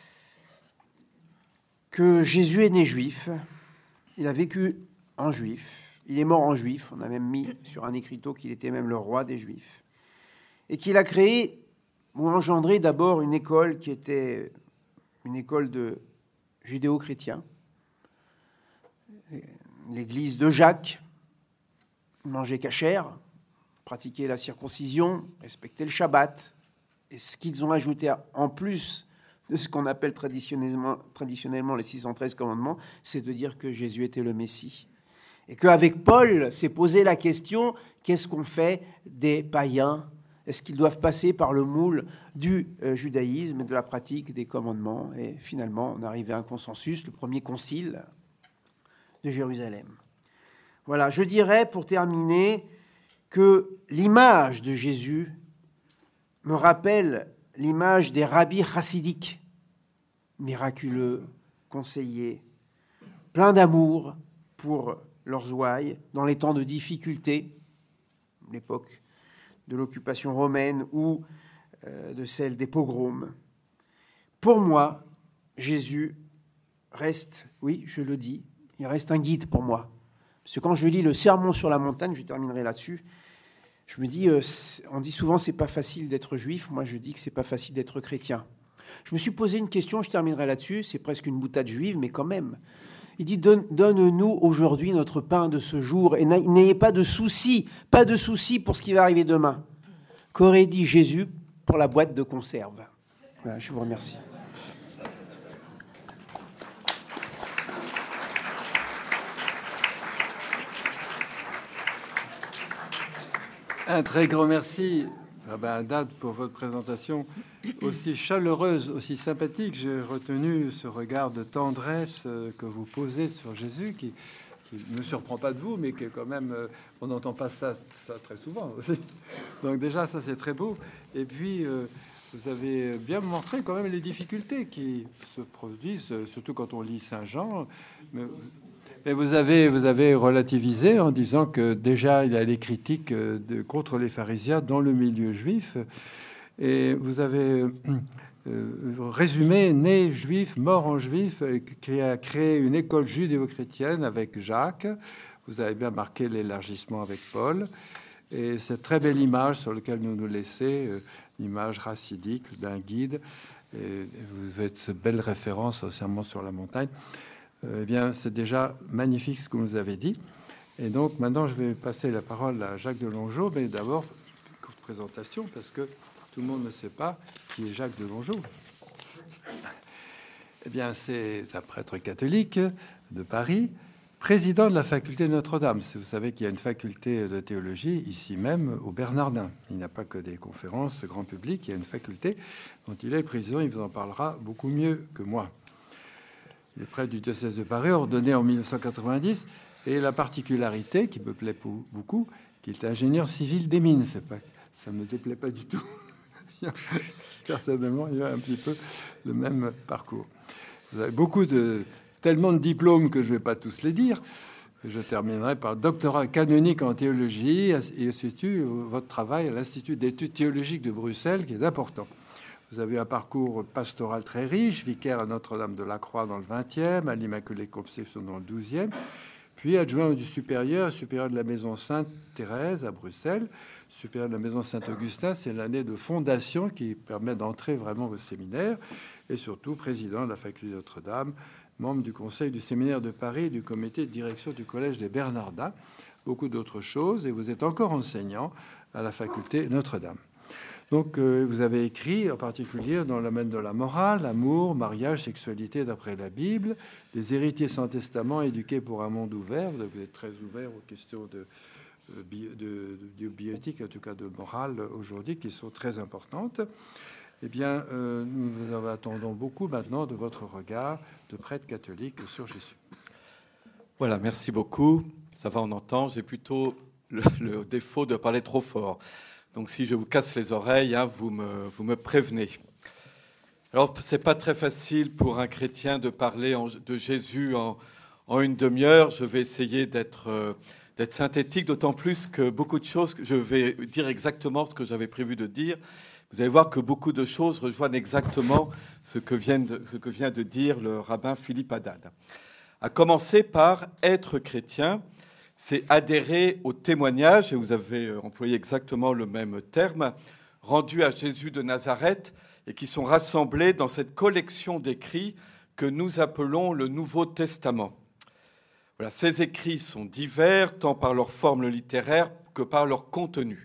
que Jésus est né juif, il a vécu en juif, il est mort en juif, on a même mis sur un écriteau qu'il était même le roi des Juifs, et qu'il a créé ou engendré d'abord une école qui était une école de judéo-chrétien, l'église de Jacques, manger cachère, pratiquer la circoncision, respecter le Shabbat. Et ce qu'ils ont ajouté en plus de ce qu'on appelle traditionnellement, traditionnellement les six cent treize commandements, c'est de dire que Jésus était le Messie. Et qu'avec Paul, s'est posé la question, qu'est-ce qu'on fait des païens ? Est-ce qu'ils doivent passer par le moule du euh, judaïsme et de la pratique des commandements ? Et finalement, on est arrivé à un consensus, le premier concile de Jérusalem. Voilà, je dirais pour terminer que l'image de Jésus me rappelle l'image des rabbis chassidiques, miraculeux, conseillers, pleins d'amour pour leurs ouailles dans les temps de difficulté, l'époque de l'occupation romaine ou euh, de celle des pogroms. Pour moi, Jésus reste, oui, je le dis, il reste un guide pour moi. Parce que quand je lis le Sermon sur la montagne, je terminerai là-dessus, je me dis, euh, on dit souvent c'est pas facile d'être juif, moi je dis que c'est pas facile d'être chrétien. Je me suis posé une question, je terminerai là-dessus, c'est presque une boutade juive, mais quand même. Il dit, Donne, donne-nous aujourd'hui notre pain de ce jour, et n'ayez pas de soucis, pas de soucis pour ce qui va arriver demain. Qu'aurait dit Jésus pour la boîte de conserve ? Voilà, je vous remercie. Un très grand merci, Rabbin Haddad, pour votre présentation aussi chaleureuse, aussi sympathique. J'ai retenu ce regard de tendresse que vous posez sur Jésus, qui ne me surprend pas de vous, mais que quand même, on n'entend pas ça, ça très souvent aussi. Donc déjà, ça c'est très beau. Et puis, vous avez bien montré quand même les difficultés qui se produisent, surtout quand on lit Saint Jean. Mais, Et vous avez, vous avez relativisé en disant que déjà il y a les critiques de, contre les pharisiens dans le milieu juif. Et vous avez euh, résumé, né juif, mort en juif, qui a créé une école judéo-chrétienne avec Jacques. Vous avez bien marqué l'élargissement avec Paul. Et cette très belle image sur laquelle nous nous laissons, euh, l'image racidique d'un guide. Et vous faites cette belle référence au Sermon sur la montagne. Eh bien, c'est déjà magnifique ce que vous nous avez dit. Et donc, maintenant, je vais passer la parole à Jacques de Longeau. Mais d'abord, une courte présentation, parce que tout le monde ne sait pas qui est Jacques de Longeau. Eh bien, c'est un prêtre catholique de Paris, président de la faculté de Notre-Dame. Vous savez qu'il y a une faculté de théologie ici même au Bernardin. Il n'y a pas que des conférences grand public, il y a une faculté dont il est président. Il vous en parlera beaucoup mieux que moi. Il est prêtre du diocèse de Paris, ordonné en mille neuf cent quatre-vingt-dix, et la particularité qui me plaît beaucoup, qu'il est ingénieur civil des mines. C'est pas, ça ne me déplaît pas du tout. Personnellement, il a un petit peu le même parcours. Vous avez beaucoup de, tellement de diplômes que je ne vais pas tous les dire. Je terminerai par doctorat canonique en théologie et institut votre travail à l'Institut d'études théologiques de Bruxelles, qui est important. Vous avez un parcours pastoral très riche, vicaire à Notre-Dame-de-la-Croix dans le vingtième, à l'Immaculée Conception dans le douzième, puis adjoint du supérieur, supérieur de la Maison Sainte-Thérèse à Bruxelles, supérieur de la Maison Saint-Augustin, c'est l'année de fondation qui permet d'entrer vraiment au séminaire, et surtout président de la faculté de Notre-Dame, membre du conseil du séminaire de Paris et du comité de direction du collège des Bernardins, beaucoup d'autres choses, et vous êtes encore enseignant à la faculté Notre-Dame. Donc, euh, vous avez écrit, en particulier, dans le domaine de la morale, amour, mariage, sexualité d'après la Bible, des héritiers sans testament éduqués pour un monde ouvert. Vous êtes très ouvert aux questions de, de, de, de bioéthique, en tout cas de morale aujourd'hui, qui sont très importantes. Eh bien, euh, nous vous attendons beaucoup maintenant de votre regard de prêtre catholique sur Jésus. Voilà, merci beaucoup. Ça va, on entend. J'ai plutôt le, le défaut de parler trop fort. Donc, si je vous casse les oreilles, hein, vous, me, vous me prévenez. Alors, c'est pas très facile pour un chrétien de parler en, de Jésus en, en une demi-heure. Je vais essayer d'être, euh, d'être synthétique, d'autant plus que beaucoup de choses, je vais dire exactement ce que j'avais prévu de dire. Vous allez voir que beaucoup de choses rejoignent exactement ce que vient de, ce que vient de dire le rabbin Philippe Haddad. À commencer par être chrétien. C'est adhérer au témoignage, et vous avez employé exactement le même terme, rendu à Jésus de Nazareth et qui sont rassemblés dans cette collection d'écrits que nous appelons le Nouveau Testament. Voilà, ces écrits sont divers, tant par leur forme littéraire que par leur contenu.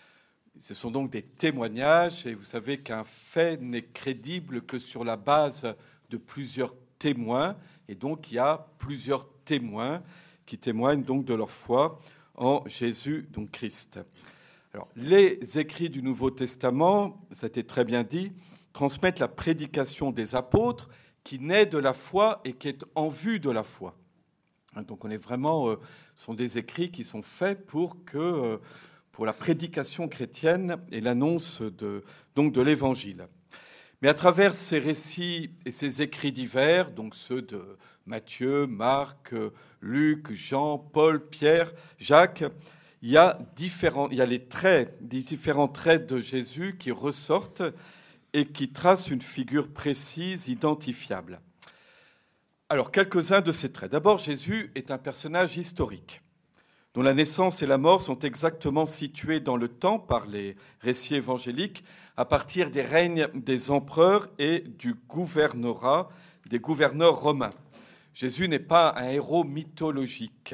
Ce sont donc des témoignages, et vous savez qu'un fait n'est crédible que sur la base de plusieurs témoins, et donc il y a plusieurs témoins qui témoignent donc de leur foi en Jésus, donc Christ. Alors, les écrits du Nouveau Testament, ça a été très bien dit, transmettent la prédication des apôtres qui naît de la foi et qui est en vue de la foi. Donc on est vraiment, euh, ce sont des écrits qui sont faits pour que euh, pour la prédication chrétienne et l'annonce de, donc de l'Évangile. Mais à travers ces récits et ces écrits divers, donc ceux de Matthieu, Marc, Luc, Jean, Paul, Pierre, Jacques, il y a, différents, il y a les traits, des différents traits de Jésus qui ressortent et qui tracent une figure précise, identifiable. Alors, quelques-uns de ces traits. D'abord, Jésus est un personnage historique, dont la naissance et la mort sont exactement situées dans le temps par les récits évangéliques, à partir des règnes des empereurs et du gouvernorat des gouverneurs romains. Jésus n'est pas un héros mythologique.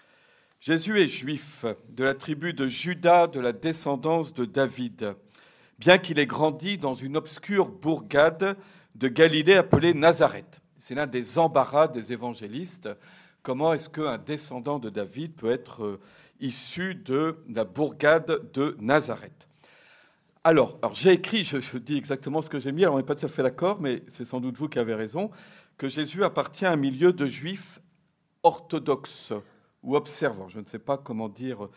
Jésus est juif, de la tribu de Juda, de la descendance de David, bien qu'il ait grandi dans une obscure bourgade de Galilée appelée Nazareth. C'est l'un des embarras des évangélistes. Comment est-ce qu'un descendant de David peut être issu de la bourgade de Nazareth ? Alors, alors j'ai écrit, je, je dis exactement ce que j'ai mis, alors on n'est pas tout à fait d'accord, mais c'est sans doute vous qui avez raison, que Jésus appartient à un milieu de juifs orthodoxes ou observants, je ne sais pas comment dire,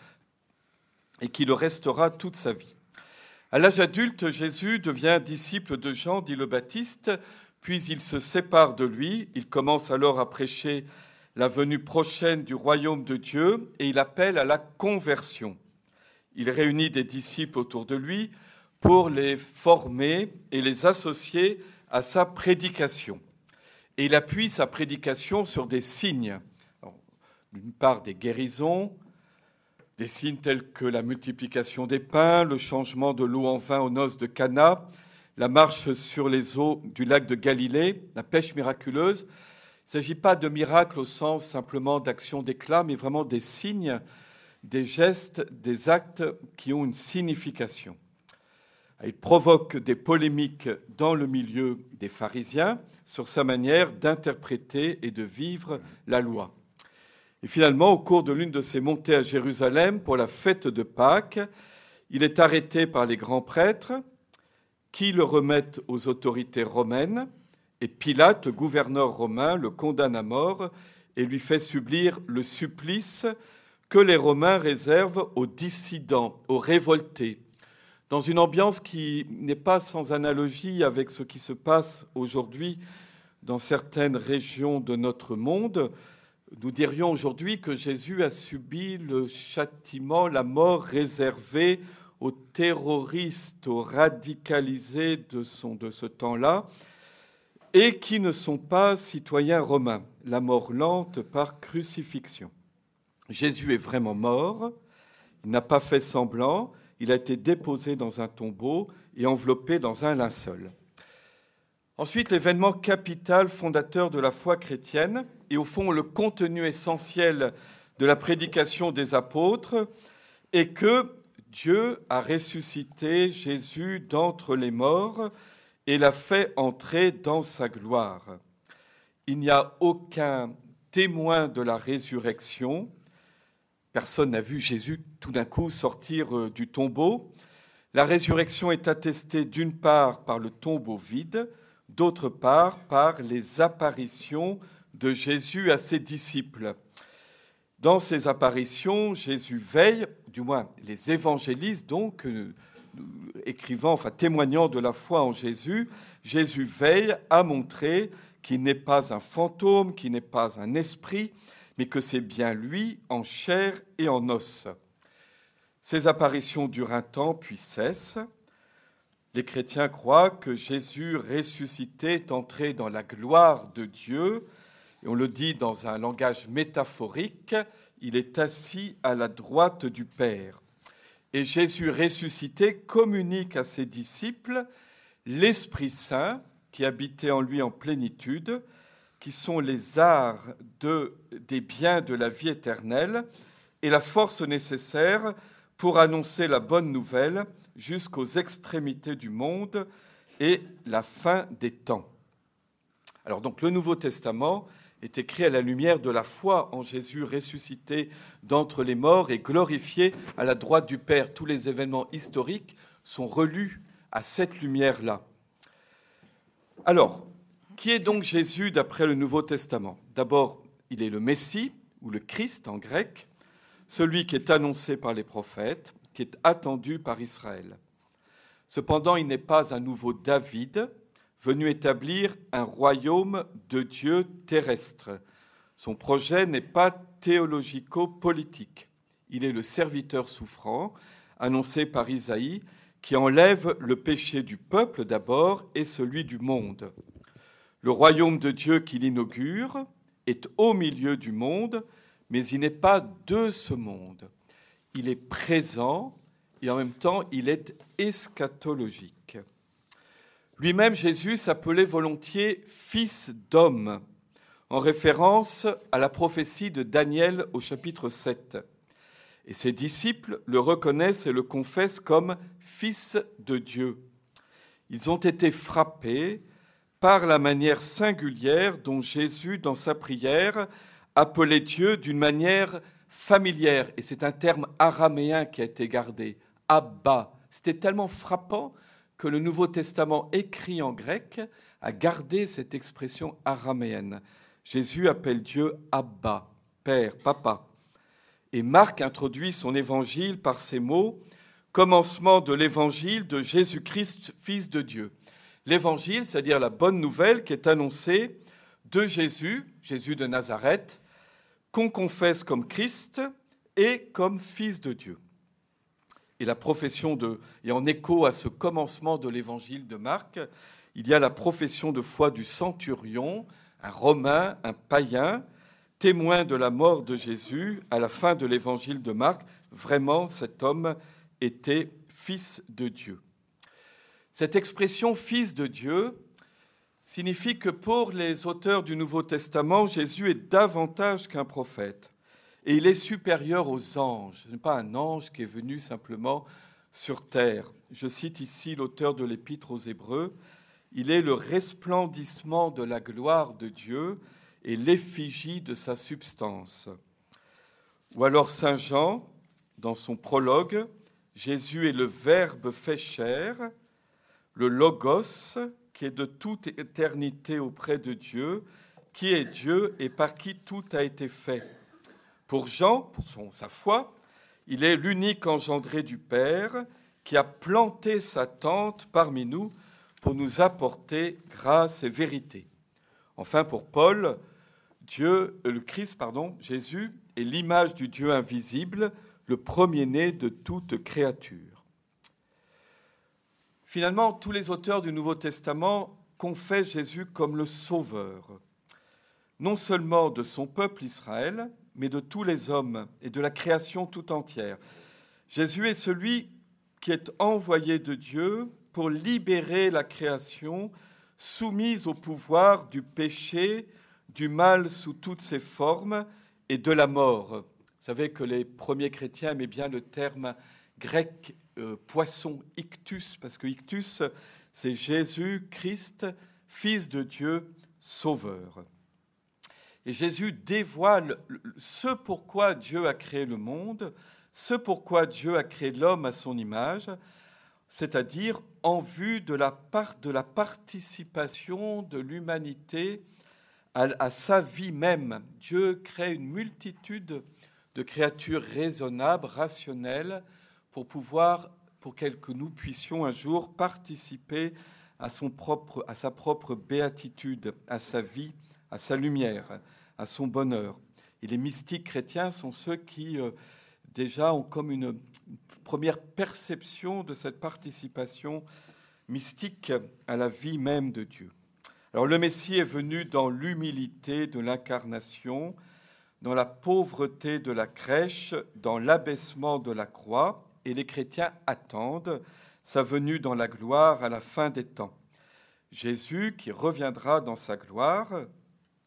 et qui le restera toute sa vie. À l'âge adulte, Jésus devient disciple de Jean, dit le Baptiste, puis il se sépare de lui, il commence alors à prêcher la venue prochaine du royaume de Dieu et il appelle à la conversion. Il réunit des disciples autour de lui pour les former et les associer à sa prédication. Et il appuie sa prédication sur des signes. Alors, d'une part, des guérisons, des signes tels que la multiplication des pains, le changement de l'eau en vin aux noces de Cana, la marche sur les eaux du lac de Galilée, la pêche miraculeuse. Il ne s'agit pas de miracles au sens simplement d'action d'éclat, mais vraiment des signes, des gestes, des actes qui ont une signification. Il provoque des polémiques dans le milieu des pharisiens sur sa manière d'interpréter et de vivre la loi. Et finalement, au cours de l'une de ses montées à Jérusalem pour la fête de Pâques, il est arrêté par les grands prêtres qui le remettent aux autorités romaines. Et Pilate, le gouverneur romain, le condamne à mort et lui fait subir le supplice que les Romains réservent aux dissidents, aux révoltés, dans une ambiance qui n'est pas sans analogie avec ce qui se passe aujourd'hui dans certaines régions de notre monde. Nous dirions aujourd'hui que Jésus a subi le châtiment, la mort réservée aux terroristes, aux radicalisés de, son, de ce temps-là, et qui ne sont pas citoyens romains, la mort lente par crucifixion. Jésus est vraiment mort, il n'a pas fait semblant, il a été déposé dans un tombeau et enveloppé dans un linceul. Ensuite, l'événement capital fondateur de la foi chrétienne, et au fond le contenu essentiel de la prédication des apôtres, est que Dieu a ressuscité Jésus d'entre les morts et l'a fait entrer dans sa gloire. Il n'y a aucun témoin de la résurrection. Personne n'a vu Jésus tout d'un coup sortir du tombeau. La résurrection est attestée d'une part par le tombeau vide, d'autre part par les apparitions de Jésus à ses disciples. Dans ces apparitions, Jésus veille, du moins les évangélistes donc, écrivant, enfin témoignant de la foi en Jésus, Jésus veille à montrer qu'il n'est pas un fantôme, qu'il n'est pas un esprit, mais que c'est bien lui en chair et en os. Ces apparitions durent un temps, puis cessent. Les chrétiens croient que Jésus ressuscité est entré dans la gloire de Dieu, et on le dit dans un langage métaphorique, il est assis à la droite du Père. Et Jésus ressuscité communique à ses disciples l'Esprit Saint qui habitait en lui en plénitude, qui sont les arts de, des biens de la vie éternelle et la force nécessaire pour annoncer la bonne nouvelle jusqu'aux extrémités du monde et la fin des temps. Alors donc le Nouveau Testament est écrit à la lumière de la foi en Jésus ressuscité d'entre les morts et glorifié à la droite du Père. Tous les événements historiques sont relus à cette lumière-là. Alors, qui est donc Jésus d'après le Nouveau Testament ? D'abord, il est le Messie, ou le Christ en grec, celui qui est annoncé par les prophètes, qui est attendu par Israël. Cependant, il n'est pas un nouveau David, venu établir un royaume de Dieu terrestre. Son projet n'est pas théologico-politique. Il est le serviteur souffrant, annoncé par Isaïe, qui enlève le péché du peuple d'abord et celui du monde. Le royaume de Dieu qu'il inaugure est au milieu du monde, mais il n'est pas de ce monde. Il est présent et en même temps, il est eschatologique. Lui-même, Jésus s'appelait volontiers « fils d'homme », en référence à la prophétie de Daniel au chapitre sept. Et ses disciples le reconnaissent et le confessent comme « fils de Dieu ». Ils ont été frappés par la manière singulière dont Jésus, dans sa prière, appelait Dieu d'une manière familière. Et c'est un terme araméen qui a été gardé, « Abba ». C'était tellement frappant que le Nouveau Testament écrit en grec a gardé cette expression araméenne. Jésus appelle Dieu « Abba », « Père »,« Papa ». Et Marc introduit son évangile par ces mots, « Commencement de l'évangile de Jésus-Christ, Fils de Dieu ». L'évangile, c'est-à-dire la bonne nouvelle qui est annoncée de Jésus, Jésus de Nazareth, qu'on confesse comme Christ et comme Fils de Dieu. Et la profession de, et en écho à ce commencement de l'évangile de Marc, il y a la profession de foi du centurion, un Romain, un païen, témoin de la mort de Jésus à la fin de l'évangile de Marc. Vraiment, cet homme était fils de Dieu. Cette expression « fils de Dieu » signifie que pour les auteurs du Nouveau Testament, Jésus est davantage qu'un prophète. Et il est supérieur aux anges. Ce n'est pas un ange qui est venu simplement sur terre. Je cite ici l'auteur de l'Épître aux Hébreux. Il est le resplendissement de la gloire de Dieu et l'effigie de sa substance. Ou alors saint Jean, dans son prologue, Jésus est le Verbe fait chair, le Logos, qui est de toute éternité auprès de Dieu, qui est Dieu et par qui tout a été fait. Pour Jean, pour son, sa foi, il est l'unique engendré du Père qui a planté sa tente parmi nous pour nous apporter grâce et vérité. Enfin, pour Paul, Dieu, le Christ, pardon, Jésus est l'image du Dieu invisible, le premier-né de toute créature. Finalement, tous les auteurs du Nouveau Testament confessent Jésus comme le Sauveur, non seulement de son peuple Israël, mais de tous les hommes et de la création tout entière. Jésus est celui qui est envoyé de Dieu pour libérer la création soumise au pouvoir du péché, du mal sous toutes ses formes et de la mort. Vous savez que les premiers chrétiens aimaient bien le terme grec euh, poisson, ictus, parce que ictus, c'est Jésus, Christ, Fils de Dieu, Sauveur. Et Jésus dévoile ce pourquoi Dieu a créé le monde, ce pourquoi Dieu a créé l'homme à son image, c'est-à-dire en vue de la, part, de la participation de l'humanité à, à sa vie même. Dieu crée une multitude de créatures raisonnables, rationnelles, pour pouvoir, pour que nous puissions un jour participer à, son propre, à sa propre béatitude, à sa vie, à sa lumière, à son bonheur. Et les mystiques chrétiens sont ceux qui, euh, déjà, ont comme une première perception de cette participation mystique à la vie même de Dieu. Alors, le Messie est venu dans l'humilité de l'incarnation, dans la pauvreté de la crèche, dans l'abaissement de la croix, et les chrétiens attendent sa venue dans la gloire à la fin des temps. Jésus, qui reviendra dans sa gloire,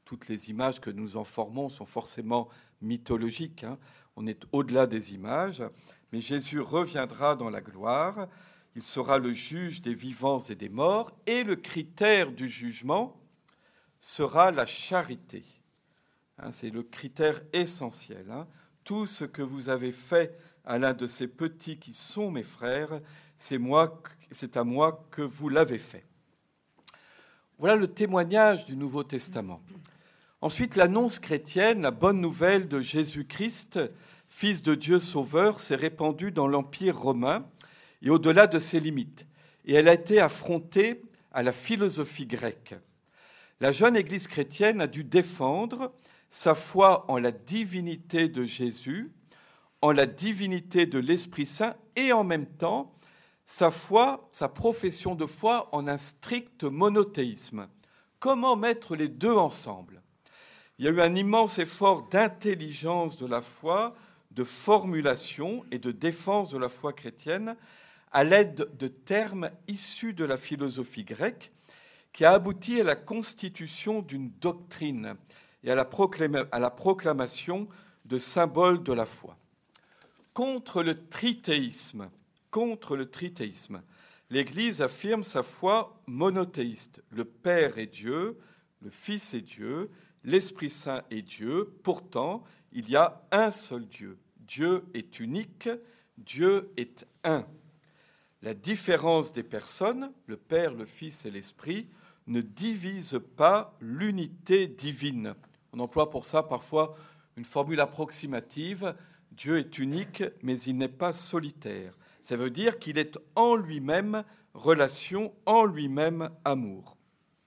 toutes les images que nous en formons sont forcément mythologiques. Hein. On est au-delà des images. Mais Jésus reviendra dans la gloire. Il sera le juge des vivants et des morts. Et le critère du jugement sera la charité. Hein, c'est le critère essentiel. Hein. Tout ce que vous avez fait à l'un de ces petits qui sont mes frères, c'est moi, c'est à moi que vous l'avez fait. Voilà le témoignage du Nouveau Testament. Ensuite, l'annonce chrétienne, la bonne nouvelle de Jésus-Christ, Fils de Dieu Sauveur, s'est répandue dans l'Empire romain et au-delà de ses limites. Et elle a été affrontée à la philosophie grecque. La jeune Église chrétienne a dû défendre sa foi en la divinité de Jésus, en la divinité de l'Esprit Saint et en même temps sa foi, sa profession de foi en un strict monothéisme. Comment mettre les deux ensemble ? Il y a eu un immense effort d'intelligence de la foi, de formulation et de défense de la foi chrétienne à l'aide de termes issus de la philosophie grecque qui a abouti à la constitution d'une doctrine et à la, proclama- à la proclamation de symboles de la foi. Contre le trithéisme, contre le trithéisme, l'Église affirme sa foi monothéiste. Le Père est Dieu, le Fils est Dieu, l'Esprit Saint est Dieu. Pourtant, il y a un seul Dieu. Dieu est unique, Dieu est un. La différence des personnes, le Père, le Fils et l'Esprit, ne divise pas l'unité divine. On emploie pour ça parfois une formule approximative. Dieu est unique, mais il n'est pas solitaire. Ça veut dire qu'il est en lui-même relation, en lui-même amour.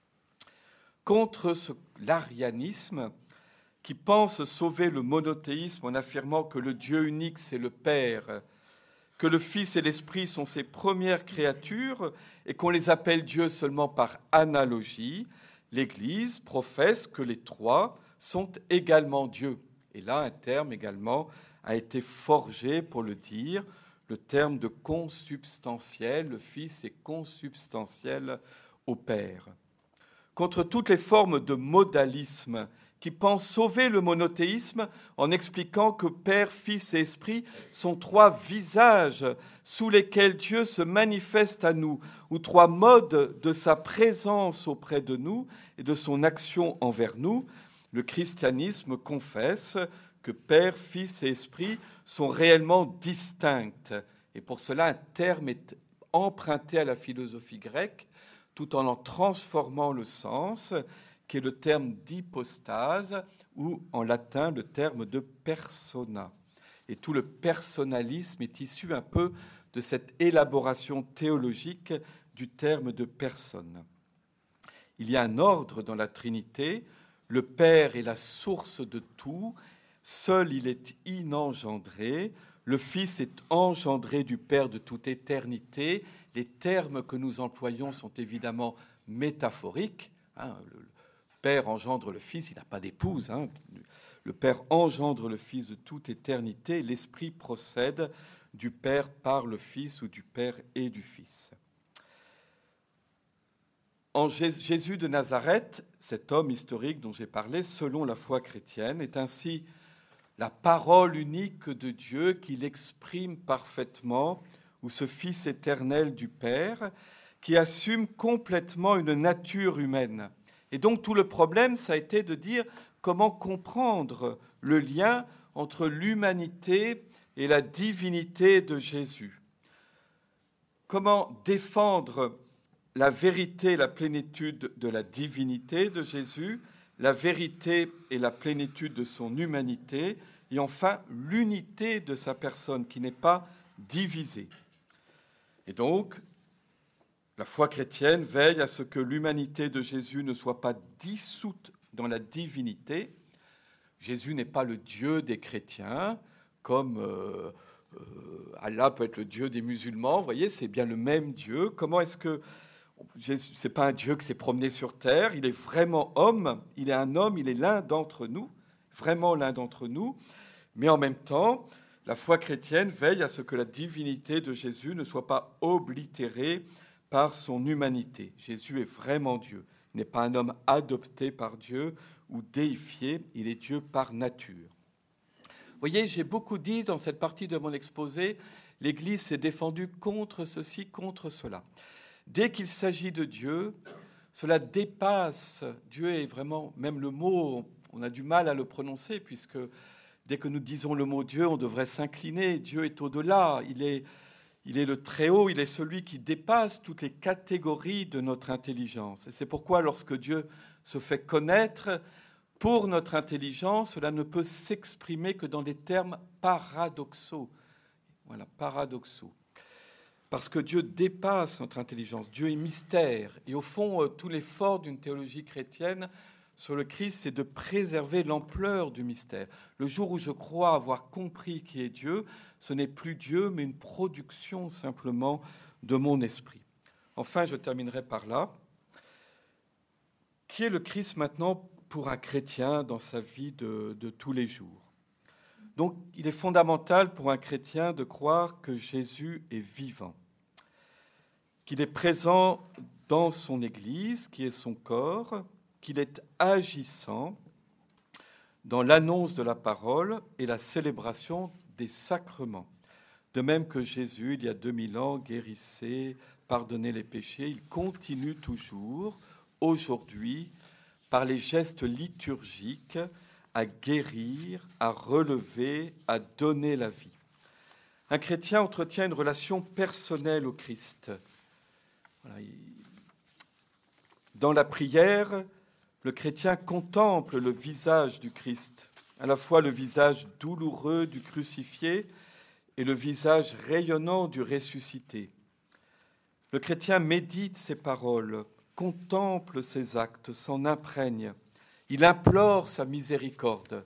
Contre ce, l'arianisme, qui pense sauver le monothéisme en affirmant que le Dieu unique, c'est le Père, que le Fils et l'Esprit sont ses premières créatures et qu'on les appelle Dieu seulement par analogie, l'Église professe que les trois sont également Dieu. Et là, un terme également a été forgé pour le dire, le terme de consubstantiel. Le Fils est consubstantiel au Père. Contre toutes les formes de modalisme qui pensent sauver le monothéisme en expliquant que Père, Fils et Esprit sont trois visages sous lesquels Dieu se manifeste à nous, ou trois modes de sa présence auprès de nous et de son action envers nous. Le christianisme confesse que Père, Fils et Esprit sont réellement distincts. Et pour cela, un terme est emprunté à la philosophie grecque, tout en en transformant le sens, qui est le terme d'hypostase, ou en latin le terme de persona. Et tout le personnalisme est issu un peu de cette élaboration théologique du terme de personne. Il y a un ordre dans la Trinité. Le Père est la source de tout. Seul il est inengendré. Le Fils est engendré du Père de toute éternité. Les termes que nous employons sont évidemment métaphoriques. Hein, le Père engendre le Fils, il n'a pas d'épouse. Hein. Le Père engendre le Fils de toute éternité. L'Esprit procède du Père par le Fils ou du Père et du Fils. En Jésus de Nazareth, cet homme historique dont j'ai parlé, selon la foi chrétienne, est ainsi la parole unique de Dieu qu'il exprime parfaitement, ou ce Fils éternel du Père, qui assume complètement une nature humaine. Et donc tout le problème, ça a été de dire comment comprendre le lien entre l'humanité et la divinité de Jésus. Comment défendre la vérité et la plénitude de la divinité de Jésus, la vérité et la plénitude de son humanité, et enfin l'unité de sa personne qui n'est pas divisée. Et donc, la foi chrétienne veille à ce que l'humanité de Jésus ne soit pas dissoute dans la divinité. Jésus n'est pas le Dieu des chrétiens, comme euh, euh, Allah peut être le Dieu des musulmans. Vous voyez, c'est bien le même Dieu. Comment est-ce que Jésus, c'est pas un Dieu qui s'est promené sur terre, il est vraiment homme, il est un homme, il est l'un d'entre nous, vraiment l'un d'entre nous, mais en même temps, la foi chrétienne veille à ce que la divinité de Jésus ne soit pas oblitérée par son humanité. Jésus est vraiment Dieu, il n'est pas un homme adopté par Dieu ou déifié, il est Dieu par nature. Vous voyez, j'ai beaucoup dit dans cette partie de mon exposé, l'Église s'est défendue contre ceci, contre cela. Dès qu'il s'agit de Dieu, cela dépasse. Dieu est vraiment, même le mot, on a du mal à le prononcer, puisque dès que nous disons le mot Dieu, on devrait s'incliner. Dieu est au-delà, il est, il est le Très-Haut, il est celui qui dépasse toutes les catégories de notre intelligence. Et c'est pourquoi lorsque Dieu se fait connaître, pour notre intelligence, cela ne peut s'exprimer que dans des termes paradoxaux. Voilà, paradoxaux. Parce que Dieu dépasse notre intelligence. Dieu est mystère. Et au fond, tout l'effort d'une théologie chrétienne sur le Christ, c'est de préserver l'ampleur du mystère. Le jour où je crois avoir compris qui est Dieu, ce n'est plus Dieu, mais une production simplement de mon esprit. Enfin, je terminerai par là. Qui est le Christ maintenant pour un chrétien dans sa vie de, de tous les jours? Donc, il est fondamental pour un chrétien de croire que Jésus est vivant, qu'il est présent dans son Église, qui est son corps, qu'il est agissant dans l'annonce de la parole et la célébration des sacrements. De même que Jésus, il y a deux mille ans, guérissait, pardonnait les péchés, il continue toujours, aujourd'hui, par les gestes liturgiques, à guérir, à relever, à donner la vie. Un chrétien entretient une relation personnelle au Christ. Voilà. Dans la prière, le chrétien contemple le visage du Christ, à la fois le visage douloureux du crucifié et le visage rayonnant du ressuscité. Le chrétien médite ses paroles, contemple ses actes, s'en imprègne. Il implore sa miséricorde.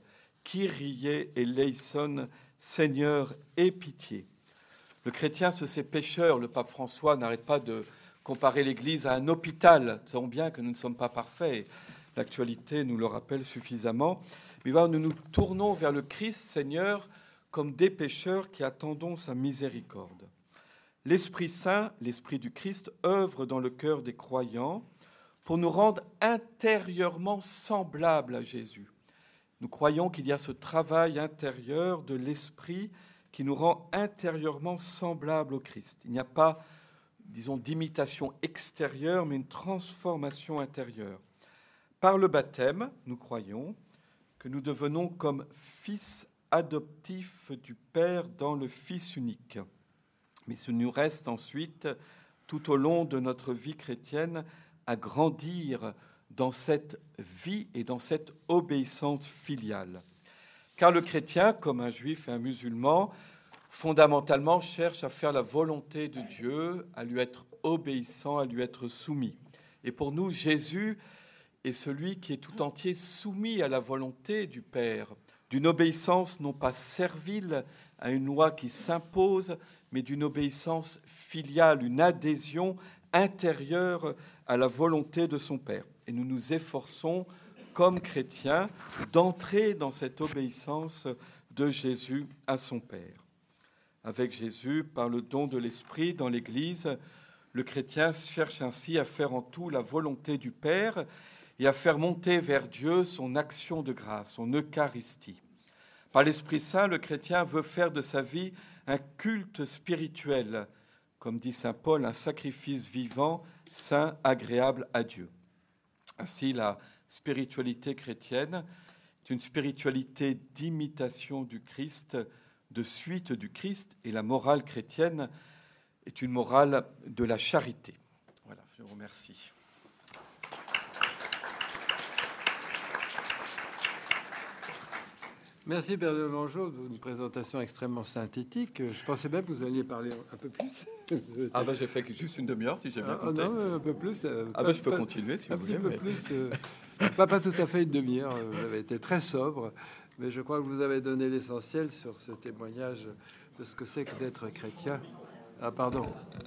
Kyrie eleison, Seigneur, aie pitié. Le chrétien se sait pécheur. Le pape François n'arrête pas de comparer l'Église à un hôpital. Nous savons bien que nous ne sommes pas parfaits. L'actualité nous le rappelle suffisamment. Mais voilà, nous nous tournons vers le Christ, Seigneur, comme des pécheurs qui attendons sa miséricorde. L'Esprit Saint, l'Esprit du Christ, œuvre dans le cœur des croyants pour nous rendre intérieurement semblables à Jésus. Nous croyons qu'il y a ce travail intérieur de l'Esprit qui nous rend intérieurement semblables au Christ. Il n'y a pas, disons, d'imitation extérieure, mais une transformation intérieure. Par le baptême, nous croyons que nous devenons comme fils adoptifs du Père dans le Fils unique. Mais ce nous reste ensuite, tout au long de notre vie chrétienne, à grandir dans cette vie et dans cette obéissance filiale. Car le chrétien, comme un juif et un musulman, fondamentalement cherche à faire la volonté de Dieu, à lui être obéissant, à lui être soumis. Et pour nous, Jésus est celui qui est tout entier soumis à la volonté du Père, d'une obéissance non pas servile à une loi qui s'impose, mais d'une obéissance filiale, une adhésion intérieure à la volonté de son Père. Et nous nous efforçons, comme chrétiens, d'entrer dans cette obéissance de Jésus à son Père. Avec Jésus, par le don de l'Esprit dans l'Église, le chrétien cherche ainsi à faire en tout la volonté du Père et à faire monter vers Dieu son action de grâce, son Eucharistie. Par l'Esprit Saint, le chrétien veut faire de sa vie un culte spirituel, comme dit saint Paul, un sacrifice vivant, saint, agréable à Dieu. Ainsi, la spiritualité chrétienne est une spiritualité d'imitation du Christ, de suite du Christ, et la morale chrétienne est une morale de la charité. Voilà, je vous remercie. Merci Père de Longeau, d'une présentation extrêmement synthétique. Je pensais même que vous alliez parler un peu plus. Ah ben j'ai fait juste une demi-heure si j'ai bien ah, compté. Non, un peu plus. Ah ben je peux pas, continuer si vous voulez. Un petit mais... peu plus. Euh, pas, pas tout à fait une demi-heure. Vous avez été très sobre, mais je crois que vous avez donné l'essentiel sur ce témoignage de ce que c'est que d'être chrétien. Ah pardon.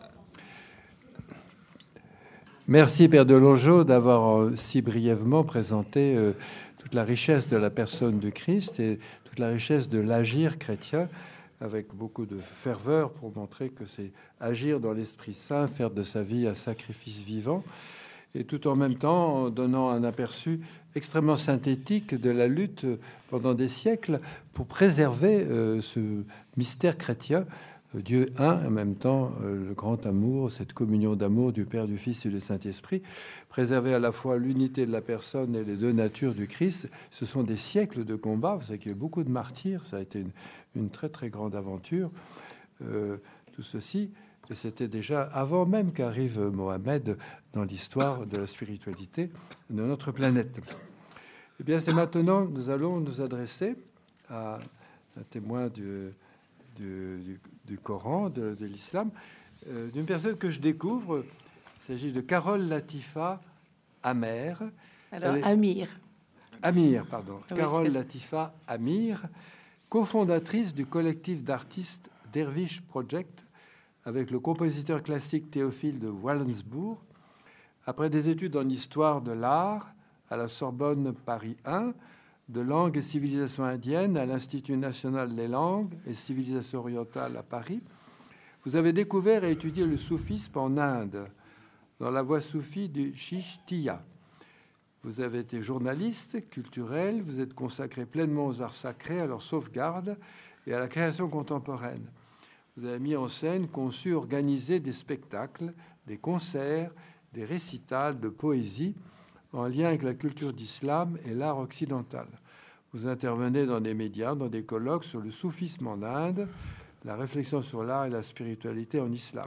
Merci Père de Longeau d'avoir euh, si brièvement présenté euh, toute la richesse de la personne du Christ et toute la richesse de l'agir chrétien, avec beaucoup de ferveur pour montrer que c'est agir dans l'Esprit Saint, faire de sa vie un sacrifice vivant. et tout en même temps en donnant un aperçu extrêmement synthétique de la lutte pendant des siècles pour préserver euh, ce mystère chrétien, euh, Dieu un, en même temps euh, le grand amour, cette communion d'amour du Père, du Fils et du Saint-Esprit, préserver à la fois l'unité de la personne et les deux natures du Christ. Ce sont des siècles de combat. Vous savez qu'il y a eu beaucoup de martyrs, ça a été une, une très très grande aventure, euh, tout ceci. Et c'était déjà avant même qu'arrive Mohammed dans l'histoire de la spiritualité de notre planète. Eh bien, c'est maintenant que nous allons nous adresser à un témoin du, du, du, du Coran, de, de l'islam, euh, d'une personne que je découvre. Il s'agit de Carole Latifa Amer. Alors, est... Amir. Amir, pardon. Oui, Carole c'est... Latifa Amir, cofondatrice du collectif d'artistes Dervish Project, avec le compositeur classique Théophile de Wallensbourg. Après des études en histoire de l'art à la Sorbonne Paris un, de langue et civilisation indienne à l'Institut national des langues et civilisations orientales à Paris, vous avez découvert et étudié le soufisme en Inde, dans la voie soufie du Chishtiya. Vous avez été journaliste culturel, vous êtes consacré pleinement aux arts sacrés, à leur sauvegarde et à la création contemporaine. Vous avez mis en scène, conçu, organisé des spectacles, des concerts, des récitals de poésie en lien avec la culture d'islam et l'art occidental. Vous intervenez dans des médias, dans des colloques sur le soufisme en Inde, la réflexion sur l'art et la spiritualité en islam.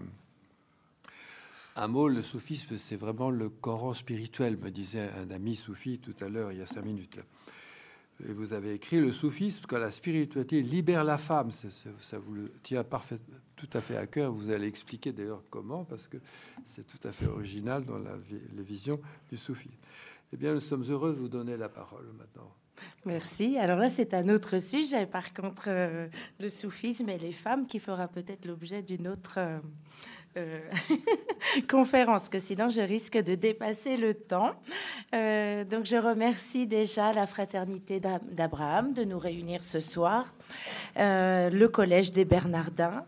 Un mot, le soufisme, c'est vraiment le Coran spirituel, me disait un ami soufi tout à l'heure, il y a cinq minutes. Et vous avez écrit le soufisme, quand la spiritualité libère la femme. Ça, ça, ça vous le tient parfait, tout à fait à cœur. Vous allez expliquer d'ailleurs comment, parce que c'est tout à fait original dans la, les visions du soufisme. Eh bien, nous sommes heureux de vous donner la parole maintenant. Merci. Alors là, c'est un autre sujet. Par contre, euh, le soufisme et les femmes qui fera peut-être l'objet d'une autre... Euh... Euh, conférence, que sinon je risque de dépasser le temps. Euh, donc je remercie déjà la Fraternité d'Abraham de nous réunir ce soir, euh, le Collège des Bernardins.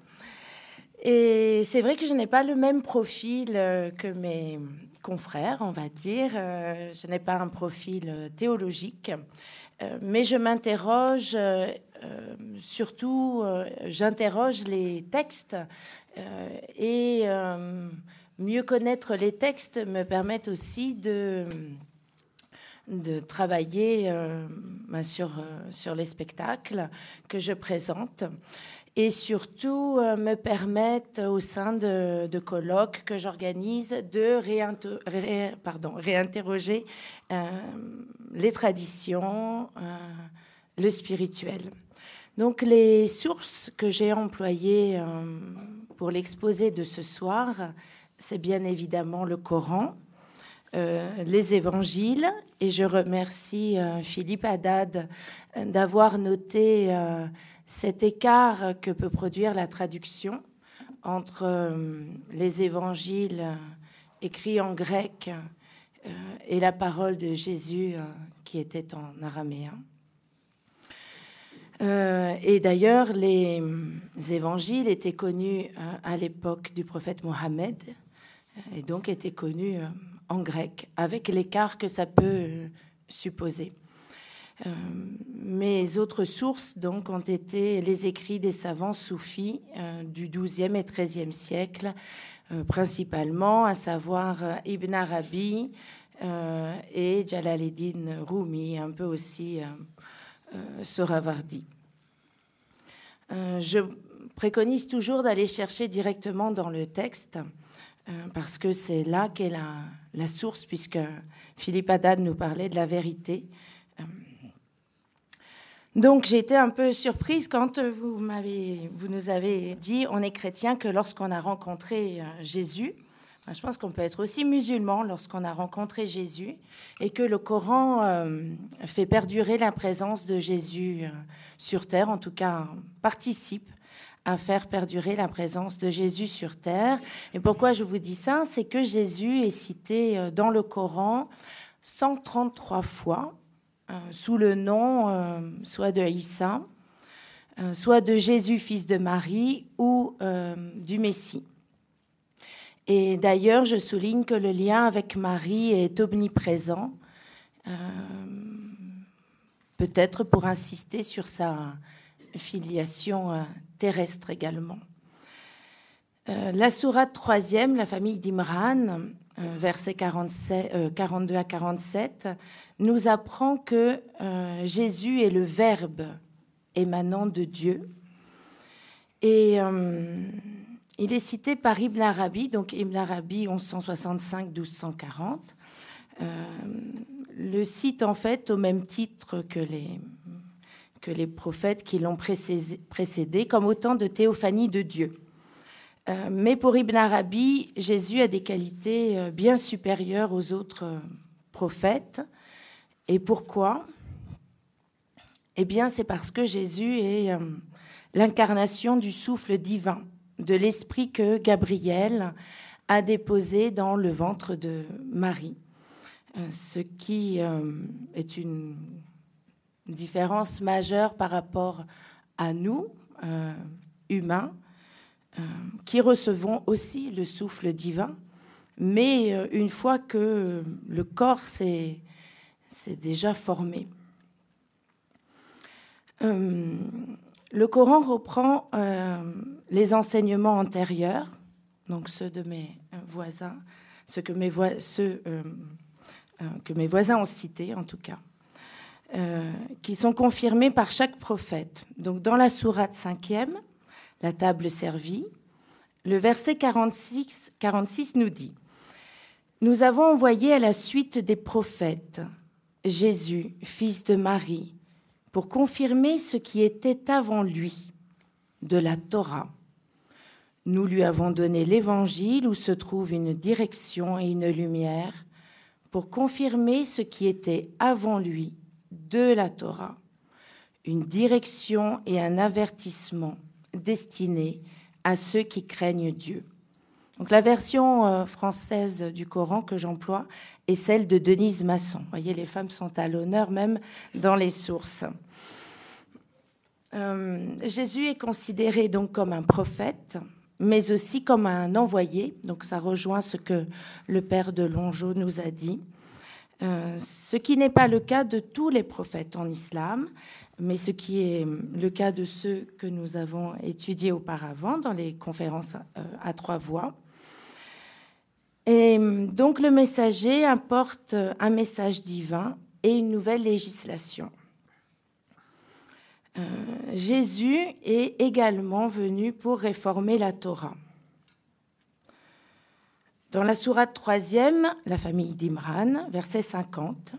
Et c'est vrai que je n'ai pas le même profil que mes confrères, on va dire. Euh, je n'ai pas un profil théologique, euh, mais je m'interroge, euh, surtout, euh, j'interroge les textes. Euh, et euh, mieux connaître les textes me permettent aussi de, de travailler euh, sur, sur les spectacles que je présente et surtout euh, me permettent au sein de, de colloques que j'organise de réinter, ré, pardon, réinterroger euh, les traditions, euh, le spirituel. Donc les sources que j'ai employées euh, pour l'exposé de ce soir, c'est bien évidemment le Coran, euh, les évangiles, et je remercie euh, Philippe Haddad d'avoir noté euh, cet écart que peut produire la traduction entre euh, les évangiles écrits en grec euh, et la parole de Jésus euh, qui était en araméen. Euh, et d'ailleurs, les, les évangiles étaient connus euh, à l'époque du prophète Mohammed euh, et donc étaient connus euh, en grec, avec l'écart que ça peut euh, supposer. Euh, mes autres sources donc, ont été les écrits des savants soufis euh, du douzième et treizième siècle, euh, principalement, à savoir euh, Ibn Arabi euh, et Jalaleddin Rumi, un peu aussi... Euh, Euh, Sohravardi. Euh, je préconise toujours d'aller chercher directement dans le texte euh, parce que c'est là qu'est la, la source, puisque Philippe Haddad nous parlait de la vérité. Euh, donc j'ai été un peu surprise quand vous, m'avez, vous nous avez dit on est chrétien que lorsqu'on a rencontré euh, Jésus. Je pense qu'on peut être aussi musulman lorsqu'on a rencontré Jésus et que le Coran euh, fait perdurer la présence de Jésus euh, sur terre, en tout cas participe à faire perdurer la présence de Jésus sur terre. Et pourquoi je vous dis ça? C'est que Jésus est cité euh, dans le Coran cent trente-trois fois euh, sous le nom euh, soit de Issa, euh, soit de Jésus, fils de Marie, ou euh, du Messie. Et d'ailleurs, je souligne que le lien avec Marie est omniprésent, euh, peut-être pour insister sur sa filiation euh, terrestre également. Euh, la sourate troisième, la famille d'Imran, euh, versets quarante-sept, euh, quarante-deux à quarante-sept, nous apprend que euh, Jésus est le Verbe émanant de Dieu. Et euh, il est cité par Ibn Arabi, donc Ibn Arabi onze cent soixante-cinq à douze cent quarante, euh, le cite en fait au même titre que les, que les prophètes qui l'ont précédé, précédé, comme autant de théophanies de Dieu. Euh, mais pour Ibn Arabi, Jésus a des qualités euh, bien supérieures aux autres euh, prophètes. Et pourquoi ? Eh bien, c'est parce que Jésus est euh, l'incarnation du souffle divin, de l'esprit que Gabriel a déposé dans le ventre de Marie. Euh, ce qui euh, est une différence majeure par rapport à nous, euh, humains, euh, qui recevons aussi le souffle divin, mais euh, une fois que le corps s'est, s'est déjà formé. Euh, le Coran reprend euh, les enseignements antérieurs, donc ceux de mes voisins, ceux que mes, vo- ceux, euh, euh, que mes voisins ont cités en tout cas, euh, qui sont confirmés par chaque prophète. Donc dans la sourate cinquième, la table servie, le verset quarante-six, quarante-six nous dit « Nous avons envoyé à la suite des prophètes Jésus, fils de Marie, pour confirmer ce qui était avant lui, de la Torah. Nous lui avons donné l'Évangile où se trouve une direction et une lumière pour confirmer ce qui était avant lui, de la Torah, une direction et un avertissement destinés à ceux qui craignent Dieu. » Donc la version euh, française du Coran que j'emploie est celle de Denise Masson. Vous voyez, les femmes sont à l'honneur même dans les sources. Euh, Jésus est considéré donc comme un prophète, mais aussi comme un envoyé. Donc ça rejoint ce que le père de Longeau nous a dit. Euh, ce qui n'est pas le cas de tous les prophètes en islam, mais ce qui est le cas de ceux que nous avons étudiés auparavant dans les conférences euh, à trois voix. Et donc le messager apporte un message divin et une nouvelle législation. Euh, Jésus est également venu pour réformer la Torah. Dans la sourate troisième, la famille d'Imran, verset cinquante,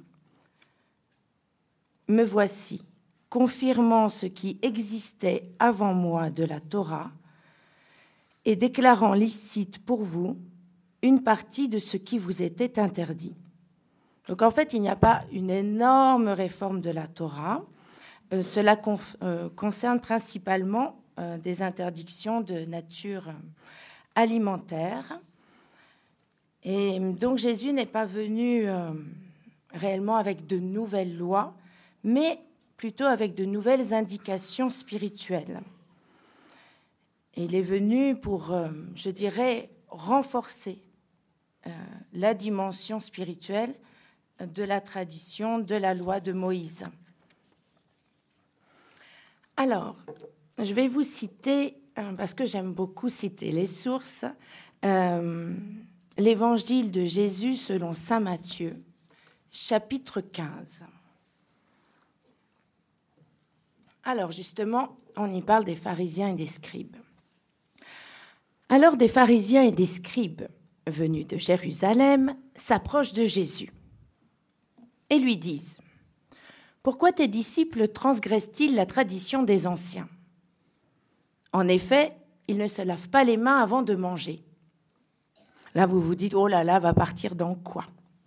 « Me voici, confirmant ce qui existait avant moi de la Torah et déclarant licite pour vous une partie de ce qui vous était interdit. » Donc en fait, il n'y a pas une énorme réforme de la Torah. Euh, cela conf- euh, concerne principalement euh, des interdictions de nature euh, alimentaire. Et donc Jésus n'est pas venu euh, réellement avec de nouvelles lois, mais plutôt avec de nouvelles indications spirituelles. Et il est venu pour, euh, je dirais, renforcer euh, la dimension spirituelle de la tradition de la loi de Moïse. Alors, je vais vous citer, euh, parce que j'aime beaucoup citer les sources, euh, l'Évangile de Jésus selon saint Matthieu, chapitre quinze. Alors justement, on y parle des pharisiens et des scribes. Alors des pharisiens et des scribes venus de Jérusalem s'approchent de Jésus et lui disent « Pourquoi tes disciples transgressent-ils la tradition des anciens ? En effet, ils ne se lavent pas les mains avant de manger. » Là, vous vous dites « Oh là là, va partir dans quoi ?»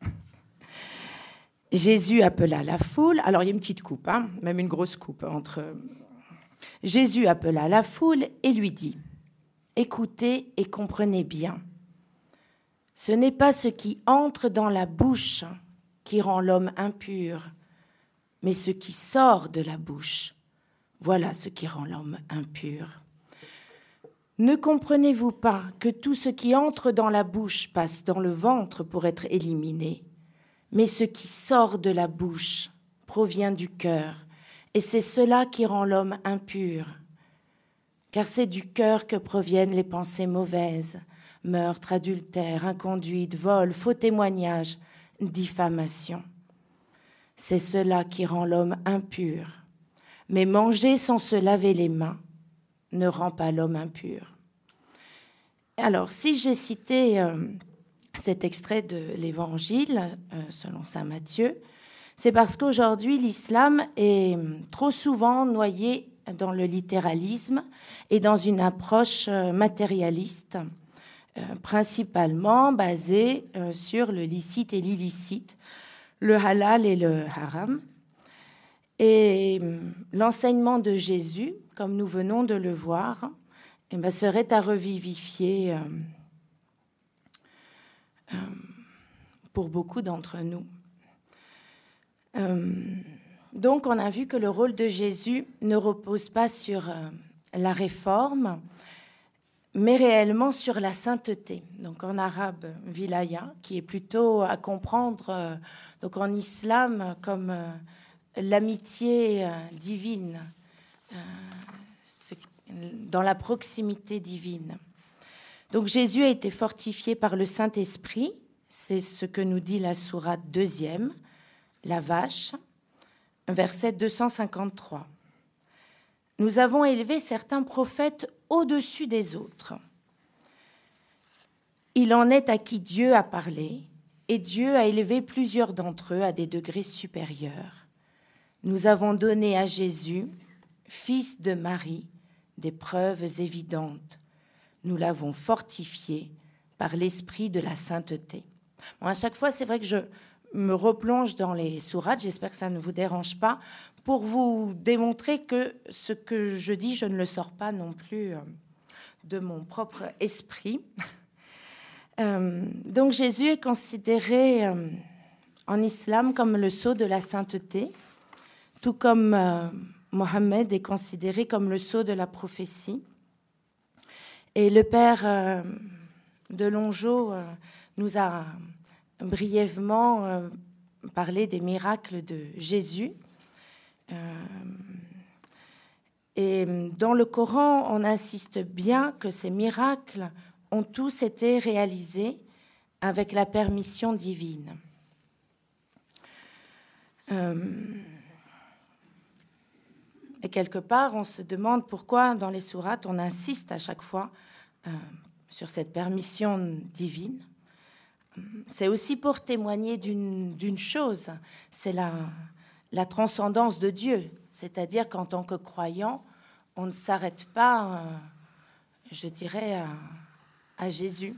Jésus appela la foule. Alors, il y a une petite coupe, hein, même une grosse coupe entre... Jésus appela la foule et lui dit « Écoutez et comprenez bien. Ce n'est pas ce qui entre dans la bouche qui rend l'homme impur, mais ce qui sort de la bouche. Voilà ce qui rend l'homme impur. Ne comprenez-vous pas que tout ce qui entre dans la bouche passe dans le ventre pour être éliminé, mais ce qui sort de la bouche provient du cœur, et c'est cela qui rend l'homme impur. Car c'est du cœur que proviennent les pensées mauvaises, meurtre, adultère, inconduite, vol, faux témoignage, diffamation. C'est cela qui rend l'homme impur. Mais manger sans se laver les mains ne rend pas l'homme impur. Alors, si j'ai cité euh, cet extrait de l'Évangile, euh, selon saint Matthieu, c'est parce qu'aujourd'hui, l'islam est trop souvent noyé dans le littéralisme et dans une approche euh, matérialiste, euh, principalement basée euh, sur le licite et l'illicite, le halal et le haram. Et l'enseignement de Jésus, comme nous venons de le voir, eh bien, serait à revivifier euh, euh, pour beaucoup d'entre nous. Euh, donc, on a vu que le rôle de Jésus ne repose pas sur euh, la réforme, mais réellement sur la sainteté. Donc, en arabe, wilaya, qui est plutôt à comprendre euh, donc en islam comme euh, l'amitié euh, divine, euh, ce, dans la proximité divine. Donc Jésus a été fortifié par le Saint-Esprit, c'est ce que nous dit la sourate deuxième, la vache, verset deux cent cinquante-trois. Nous avons élevé certains prophètes au-dessus des autres. Il en est à qui Dieu a parlé, et Dieu a élevé plusieurs d'entre eux à des degrés supérieurs. Nous avons donné à Jésus, fils de Marie, des preuves évidentes. Nous l'avons fortifié par l'esprit de la sainteté. Bon, à chaque fois, c'est vrai que je me replonge dans les sourates, j'espère que ça ne vous dérange pas, pour vous démontrer que ce que je dis, je ne le sors pas non plus de mon propre esprit. Euh, donc Jésus est considéré euh, en islam comme le sceau de la sainteté, tout comme euh, Mohammed est considéré comme le sceau de la prophétie. Et le père euh, de Longeau euh, nous a brièvement euh, parlé des miracles de Jésus. Euh, et dans le Coran, on insiste bien que ces miracles ont tous été réalisés avec la permission divine. Euh, Et quelque part, on se demande pourquoi, dans les sourates, on insiste à chaque fois euh, sur cette permission divine. C'est aussi pour témoigner d'une, d'une chose, c'est la, la transcendance de Dieu. C'est-à-dire qu'en tant que croyant, on ne s'arrête pas, euh, je dirais, à, à Jésus.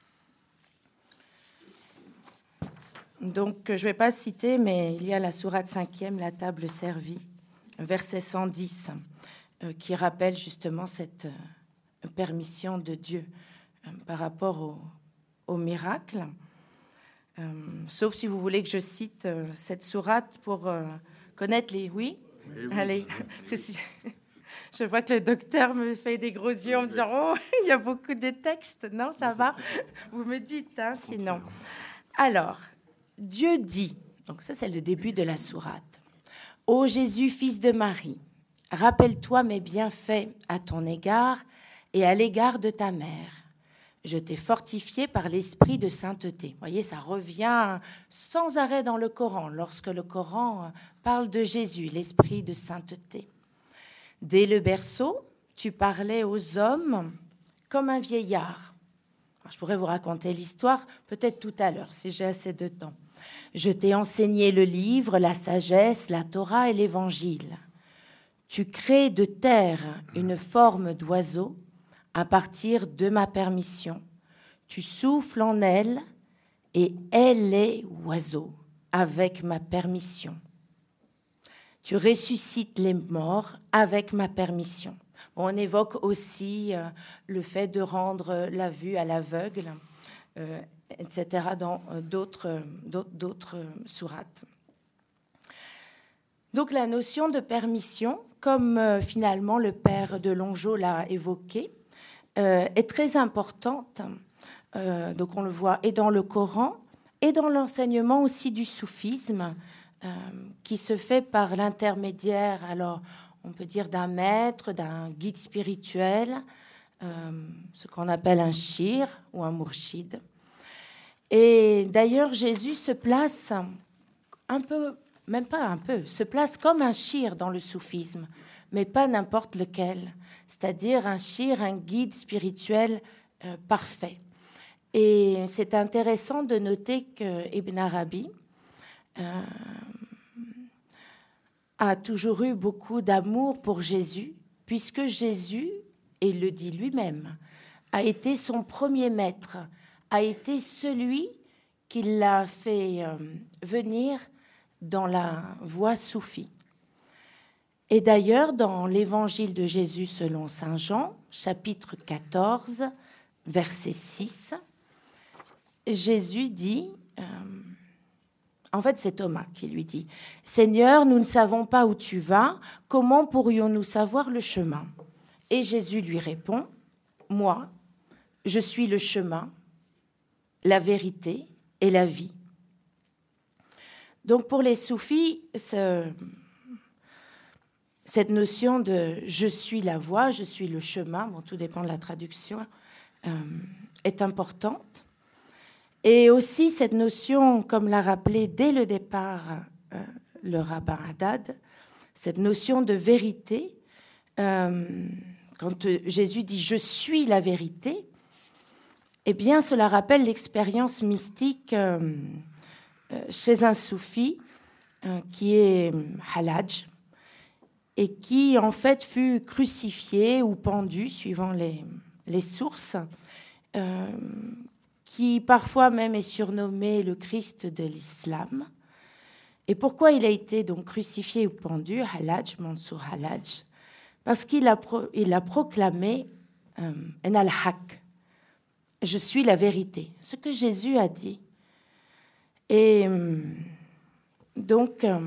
Donc, je ne vais pas citer, mais il y a la sourate cinquième, la table servie, verset cent dix, euh, qui rappelle justement cette euh, permission de Dieu euh, par rapport au, au miracle. Euh, sauf si vous voulez que je cite euh, cette sourate pour euh, connaître les... Oui, oui, oui. Allez. Oui. Je vois que le docteur me fait des gros yeux en me disant « Oh, il y a beaucoup de textes. » Non, ça va. Vous me dites, hein, sinon. Alors, Dieu dit, donc ça c'est le début de la sourate, « Ô Jésus, fils de Marie, rappelle-toi mes bienfaits à ton égard et à l'égard de ta mère. Je t'ai fortifié par l'esprit de sainteté. » Vous voyez, ça revient sans arrêt dans le Coran, lorsque le Coran parle de Jésus, l'esprit de sainteté. Dès le berceau, tu parlais aux hommes comme un vieillard. Alors, je pourrais vous raconter l'histoire, peut-être tout à l'heure, si j'ai assez de temps. Je t'ai enseigné le livre, la sagesse, la Torah et l'Évangile. Tu crées de terre une forme d'oiseau à partir de ma permission. Tu souffles en elle et elle est oiseau avec ma permission. Tu ressuscites les morts avec ma permission. On évoque aussi euh, le fait de rendre la vue à l'aveugle, euh, et cetera, dans euh, d'autres, d'autres, d'autres sourates. Donc la notion de permission, comme euh, finalement le père de Longeau l'a évoqué, euh, est très importante. Euh, donc on le voit et dans le Coran et dans l'enseignement aussi du soufisme, euh, qui se fait par l'intermédiaire, alors on peut dire d'un maître, d'un guide spirituel, euh, ce qu'on appelle un shir ou un mourchid. Et d'ailleurs, Jésus se place un peu, même pas un peu, se place comme un shir dans le soufisme, mais pas n'importe lequel, c'est-à-dire un shir, un guide spirituel euh, parfait. Et c'est intéressant de noter que Ibn Arabi euh, a toujours eu beaucoup d'amour pour Jésus, puisque Jésus, et il le dit lui-même, a été son premier maître, a été celui qui l'a fait euh, venir dans la voie soufie. Et d'ailleurs, dans l'Évangile de Jésus selon saint Jean, chapitre quatorze, verset six, Jésus dit, euh, en fait c'est Thomas qui lui dit, « Seigneur, nous ne savons pas où tu vas, comment pourrions-nous savoir le chemin ?» Et Jésus lui répond, « Moi, je suis le chemin, la vérité et la vie. » Donc pour les soufis, ce, cette notion de « je suis la voie, je suis le chemin », bon, tout dépend de la traduction, euh, est importante. Et aussi cette notion, comme l'a rappelé dès le départ euh, le rabbin Haddad, cette notion de vérité, euh, quand Jésus dit « je suis la vérité », eh bien cela rappelle l'expérience mystique euh, chez un soufi euh, qui est Halaj et qui en fait fut crucifié ou pendu, suivant les, les sources, euh, qui parfois même est surnommé le Christ de l'islam. Et pourquoi il a été donc crucifié ou pendu, Halaj, Mansour Halaj? Parce qu'il a, pro, il a proclamé euh, en al-haq, je suis la vérité, ce que Jésus a dit. Et euh, donc, euh,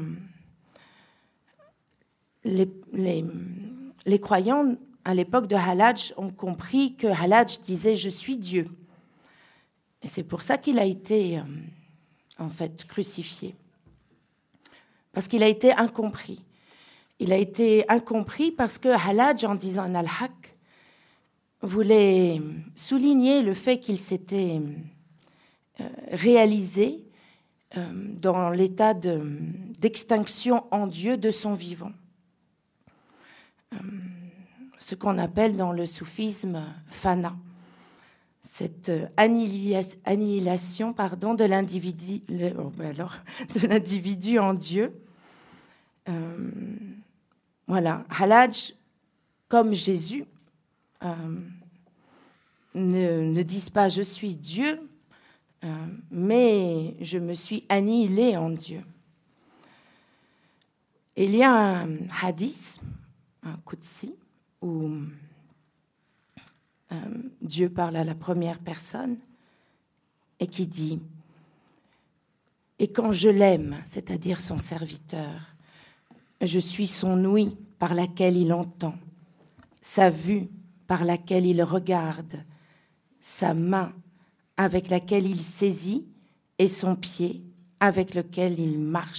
les, les, les croyants à l'époque de Halaj ont compris que Halaj disait « je suis Dieu ». Et c'est pour ça qu'il a été, euh, en fait, crucifié. Parce qu'il a été incompris. Il a été incompris parce que Halaj, en disant al-haq, voulait souligner le fait qu'il s'était euh, réalisé euh, dans l'état de, d'extinction en Dieu de son vivant. Euh, ce qu'on appelle dans le soufisme fana. Cette annihilation pardon, de l'individu, alors, de l'individu en Dieu. Euh, voilà, Halaj, comme Jésus, euh, ne, ne disent pas « je suis Dieu euh, », mais « je me suis annihilé en Dieu ». Il y a un hadith, un Qudsi, où Euh, Dieu parle à la première personne et qui dit « Et quand je l'aime, c'est-à-dire son serviteur, je suis son ouïe par laquelle il entend, sa vue par laquelle il regarde, sa main avec laquelle il saisit et son pied avec lequel il marche. »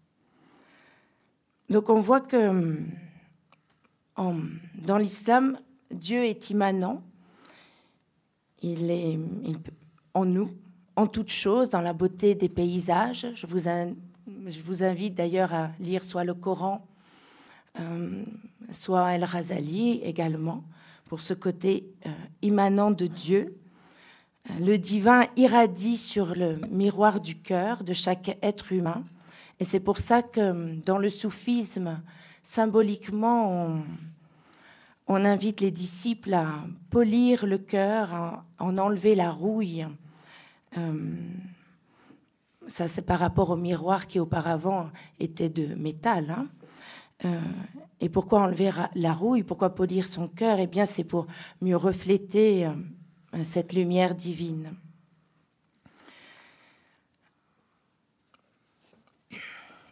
Donc on voit que en, dans l'islam, Dieu est immanent, il est il, en nous, en toute chose, dans la beauté des paysages. Je vous, in, je vous invite d'ailleurs à lire soit le Coran, euh, soit El-Razali également, pour ce côté euh, immanent de Dieu. Le divin irradie sur le miroir du cœur de chaque être humain. Et c'est pour ça que dans le soufisme, symboliquement, on... On invite les disciples à polir le cœur, à en enlever la rouille. Euh, ça, c'est par rapport au miroir qui auparavant était de métal. Hein. Euh, et pourquoi enlever la rouille? Pourquoi polir son cœur? Eh bien, c'est pour mieux refléter euh, cette lumière divine.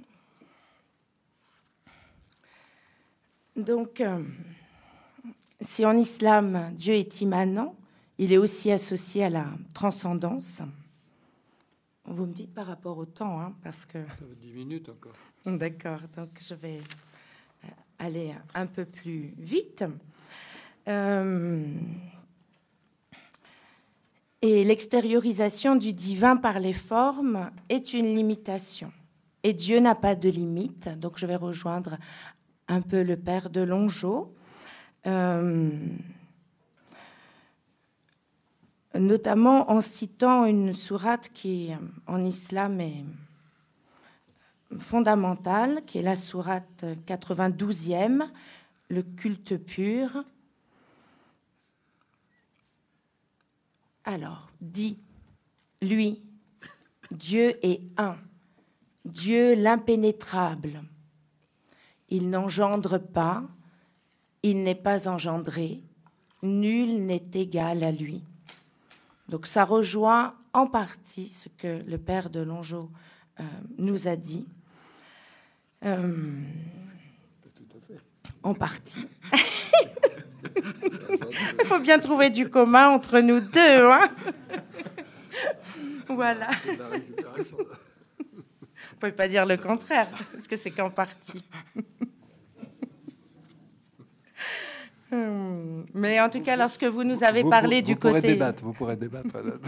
Donc, euh, si en islam, Dieu est immanent, il est aussi associé à la transcendance. Vous me dites par rapport au temps, hein, parce que... Ça fait dix minutes encore. D'accord, donc je vais aller un peu plus vite. Euh... Et l'extériorisation du divin par les formes est une limitation. Et Dieu n'a pas de limite. Donc je vais rejoindre un peu le père de Longeau. Euh... Notamment en citant une sourate qui, en islam, est fondamentale, qui est la sourate quatre-vingt-douzième, le culte pur. Alors, dit, lui, Dieu est un, Dieu l'impénétrable. Il n'engendre pas, il n'est pas engendré, nul n'est égal à lui. Donc ça rejoint en partie ce que le père de Longeau euh, nous a dit. Euh, en partie. Il faut bien trouver du commun entre nous deux. Hein. Voilà. Vous ne pouvez pas dire le contraire, parce que c'est qu'en partie. Mais en tout cas, lorsque vous nous avez vous, parlé vous, du vous pourrez côté... Débattre, vous pourrez débattre.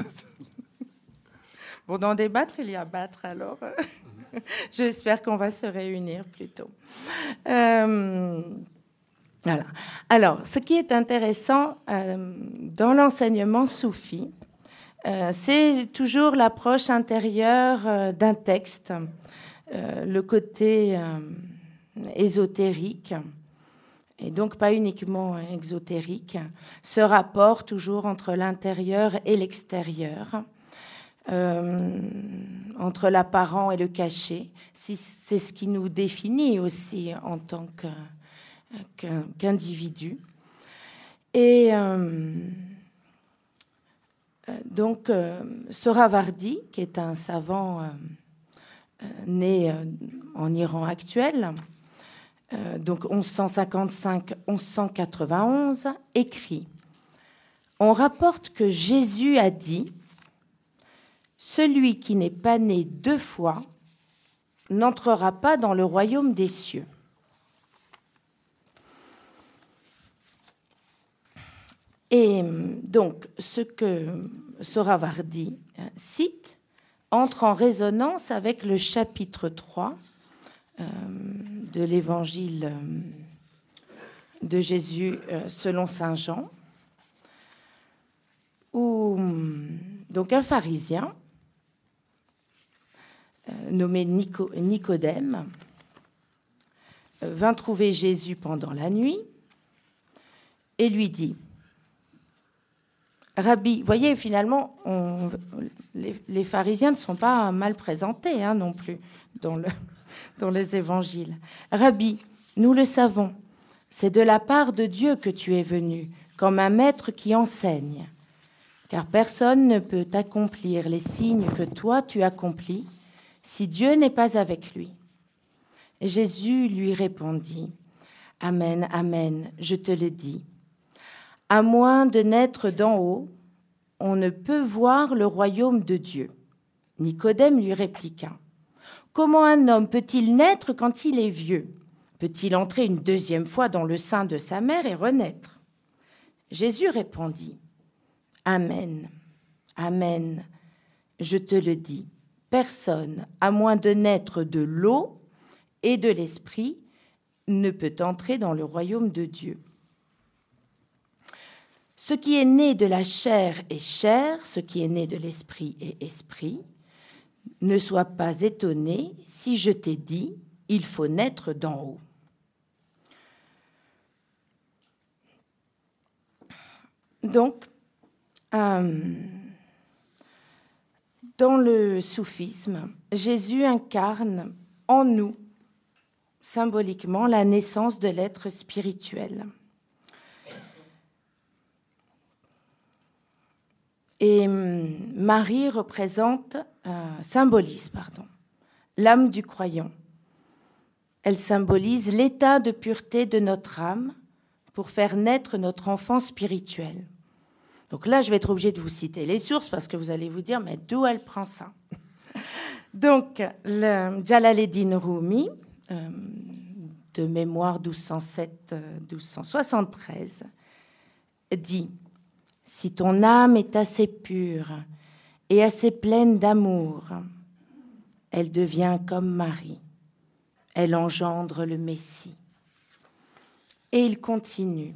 Bon, dans débattre, il y a battre, alors. J'espère qu'on va se réunir plutôt. Euh, voilà. Alors, ce qui est intéressant euh, dans l'enseignement soufi, euh, c'est toujours l'approche intérieure euh, d'un texte, euh, le côté euh, ésotérique, et donc pas uniquement exotérique, ce rapport toujours entre l'intérieur et l'extérieur, euh, entre l'apparent et le caché. C'est ce qui nous définit aussi en tant que, qu'un, qu'individu. Et euh, donc, euh, Sohravardi, qui est un savant euh, euh, né euh, en Iran actuel, Euh, donc onze cent cinquante-cinq à onze cent quatre-vingt-onze, écrit « On rapporte que Jésus a dit « Celui qui n'est pas né deux fois n'entrera pas dans le royaume des cieux. » Et donc, ce que Sohravardi cite entre en résonance avec le chapitre trois euh, de l'évangile de Jésus euh, selon saint Jean, où donc un pharisien euh, nommé Nico, Nicodème euh, vint trouver Jésus pendant la nuit et lui dit: Rabbi, vous voyez, finalement, on, les, les pharisiens ne sont pas mal présentés hein, non plus dans, le, dans les évangiles. Rabbi, nous le savons, c'est de la part de Dieu que tu es venu, comme un maître qui enseigne. Car personne ne peut accomplir les signes que toi tu accomplis si Dieu n'est pas avec lui. Et Jésus lui répondit: Amen, amen, je te le dis. À moins de naître d'en haut, on ne peut voir le royaume de Dieu. Nicodème lui répliqua: Comment un homme peut-il naître quand il est vieux? Peut-il entrer une deuxième fois dans le sein de sa mère et renaître? Jésus répondit: Amen, amen, je te le dis, personne, à moins de naître de l'eau et de l'esprit, ne peut entrer dans le royaume de Dieu. Ce qui est né de la chair est chair, ce qui est né de l'esprit est esprit. Ne sois pas étonné si je t'ai dit, il faut naître d'en haut. Donc, euh, dans le soufisme, Jésus incarne en nous, symboliquement, la naissance de l'être spirituel. Et Marie représente, euh, symbolise, pardon, l'âme du croyant. Elle symbolise l'état de pureté de notre âme pour faire naître notre enfant spirituel. Donc là, je vais être obligée de vous citer les sources parce que vous allez vous dire, mais d'où elle prend ça? Donc, le Jalaleddin Rumi, euh, de mémoire douze cent sept à douze cent soixante-treize, dit « Si ton âme est assez pure et assez pleine d'amour, elle devient comme Marie, elle engendre le Messie. » Et il continue.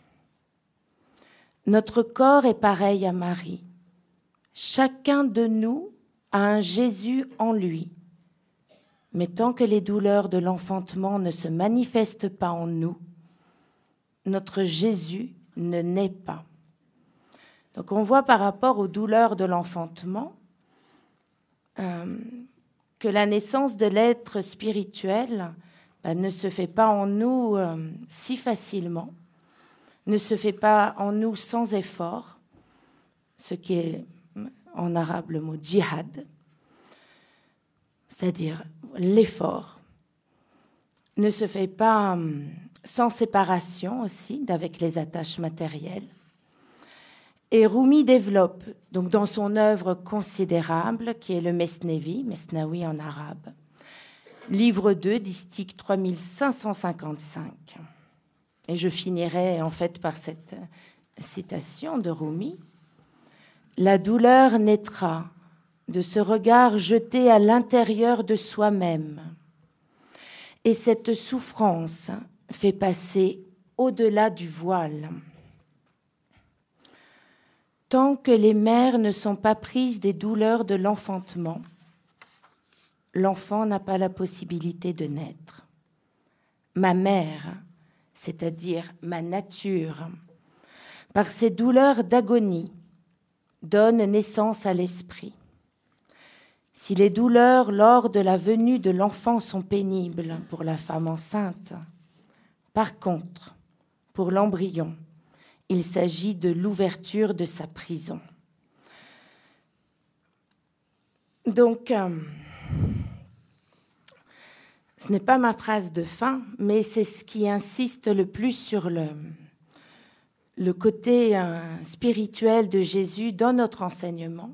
« Notre corps est pareil à Marie. Chacun de nous a un Jésus en lui. Mais tant que les douleurs de l'enfantement ne se manifestent pas en nous, notre Jésus ne naît pas. » Donc on voit par rapport aux douleurs de l'enfantement euh, que la naissance de l'être spirituel ben, ne se fait pas en nous euh, si facilement, ne se fait pas en nous sans effort, ce qui est en arabe le mot djihad, c'est-à-dire l'effort, ne se fait pas sans séparation aussi d'avec les attaches matérielles. Et Rumi développe donc dans son œuvre considérable, qui est le Mesnevi, Mesnawi en arabe, livre deux, distique trois mille cinq cent cinquante-cinq. Et je finirai en fait par cette citation de Rumi. « La douleur naîtra de ce regard jeté à l'intérieur de soi-même. Et cette souffrance fait passer au-delà du voile. Tant que les mères ne sont pas prises des douleurs de l'enfantement, l'enfant n'a pas la possibilité de naître. Ma mère, c'est-à-dire ma nature, par ces douleurs d'agonie, donne naissance à l'esprit. Si les douleurs lors de la venue de l'enfant sont pénibles pour la femme enceinte, par contre, pour l'embryon, il s'agit de l'ouverture de sa prison. » Donc, euh, ce n'est pas ma phrase de fin, mais c'est ce qui insiste le plus sur le, le côté euh, spirituel de Jésus dans notre enseignement.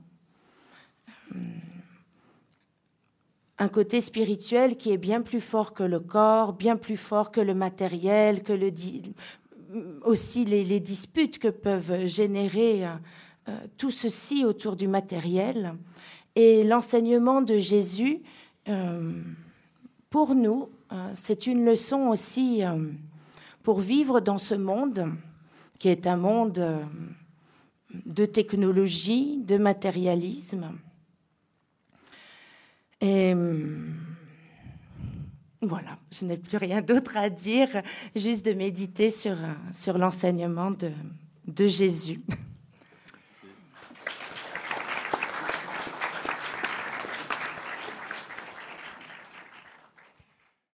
Un côté spirituel qui est bien plus fort que le corps, bien plus fort que le matériel, que le di- aussi les, les disputes que peuvent générer euh, tout ceci autour du matériel. Et l'enseignement de Jésus, euh, pour nous, euh, c'est une leçon aussi euh, pour vivre dans ce monde qui est un monde euh, de technologie, de matérialisme. Et voilà, je n'ai plus rien d'autre à dire, juste de méditer sur, sur l'enseignement de, de Jésus.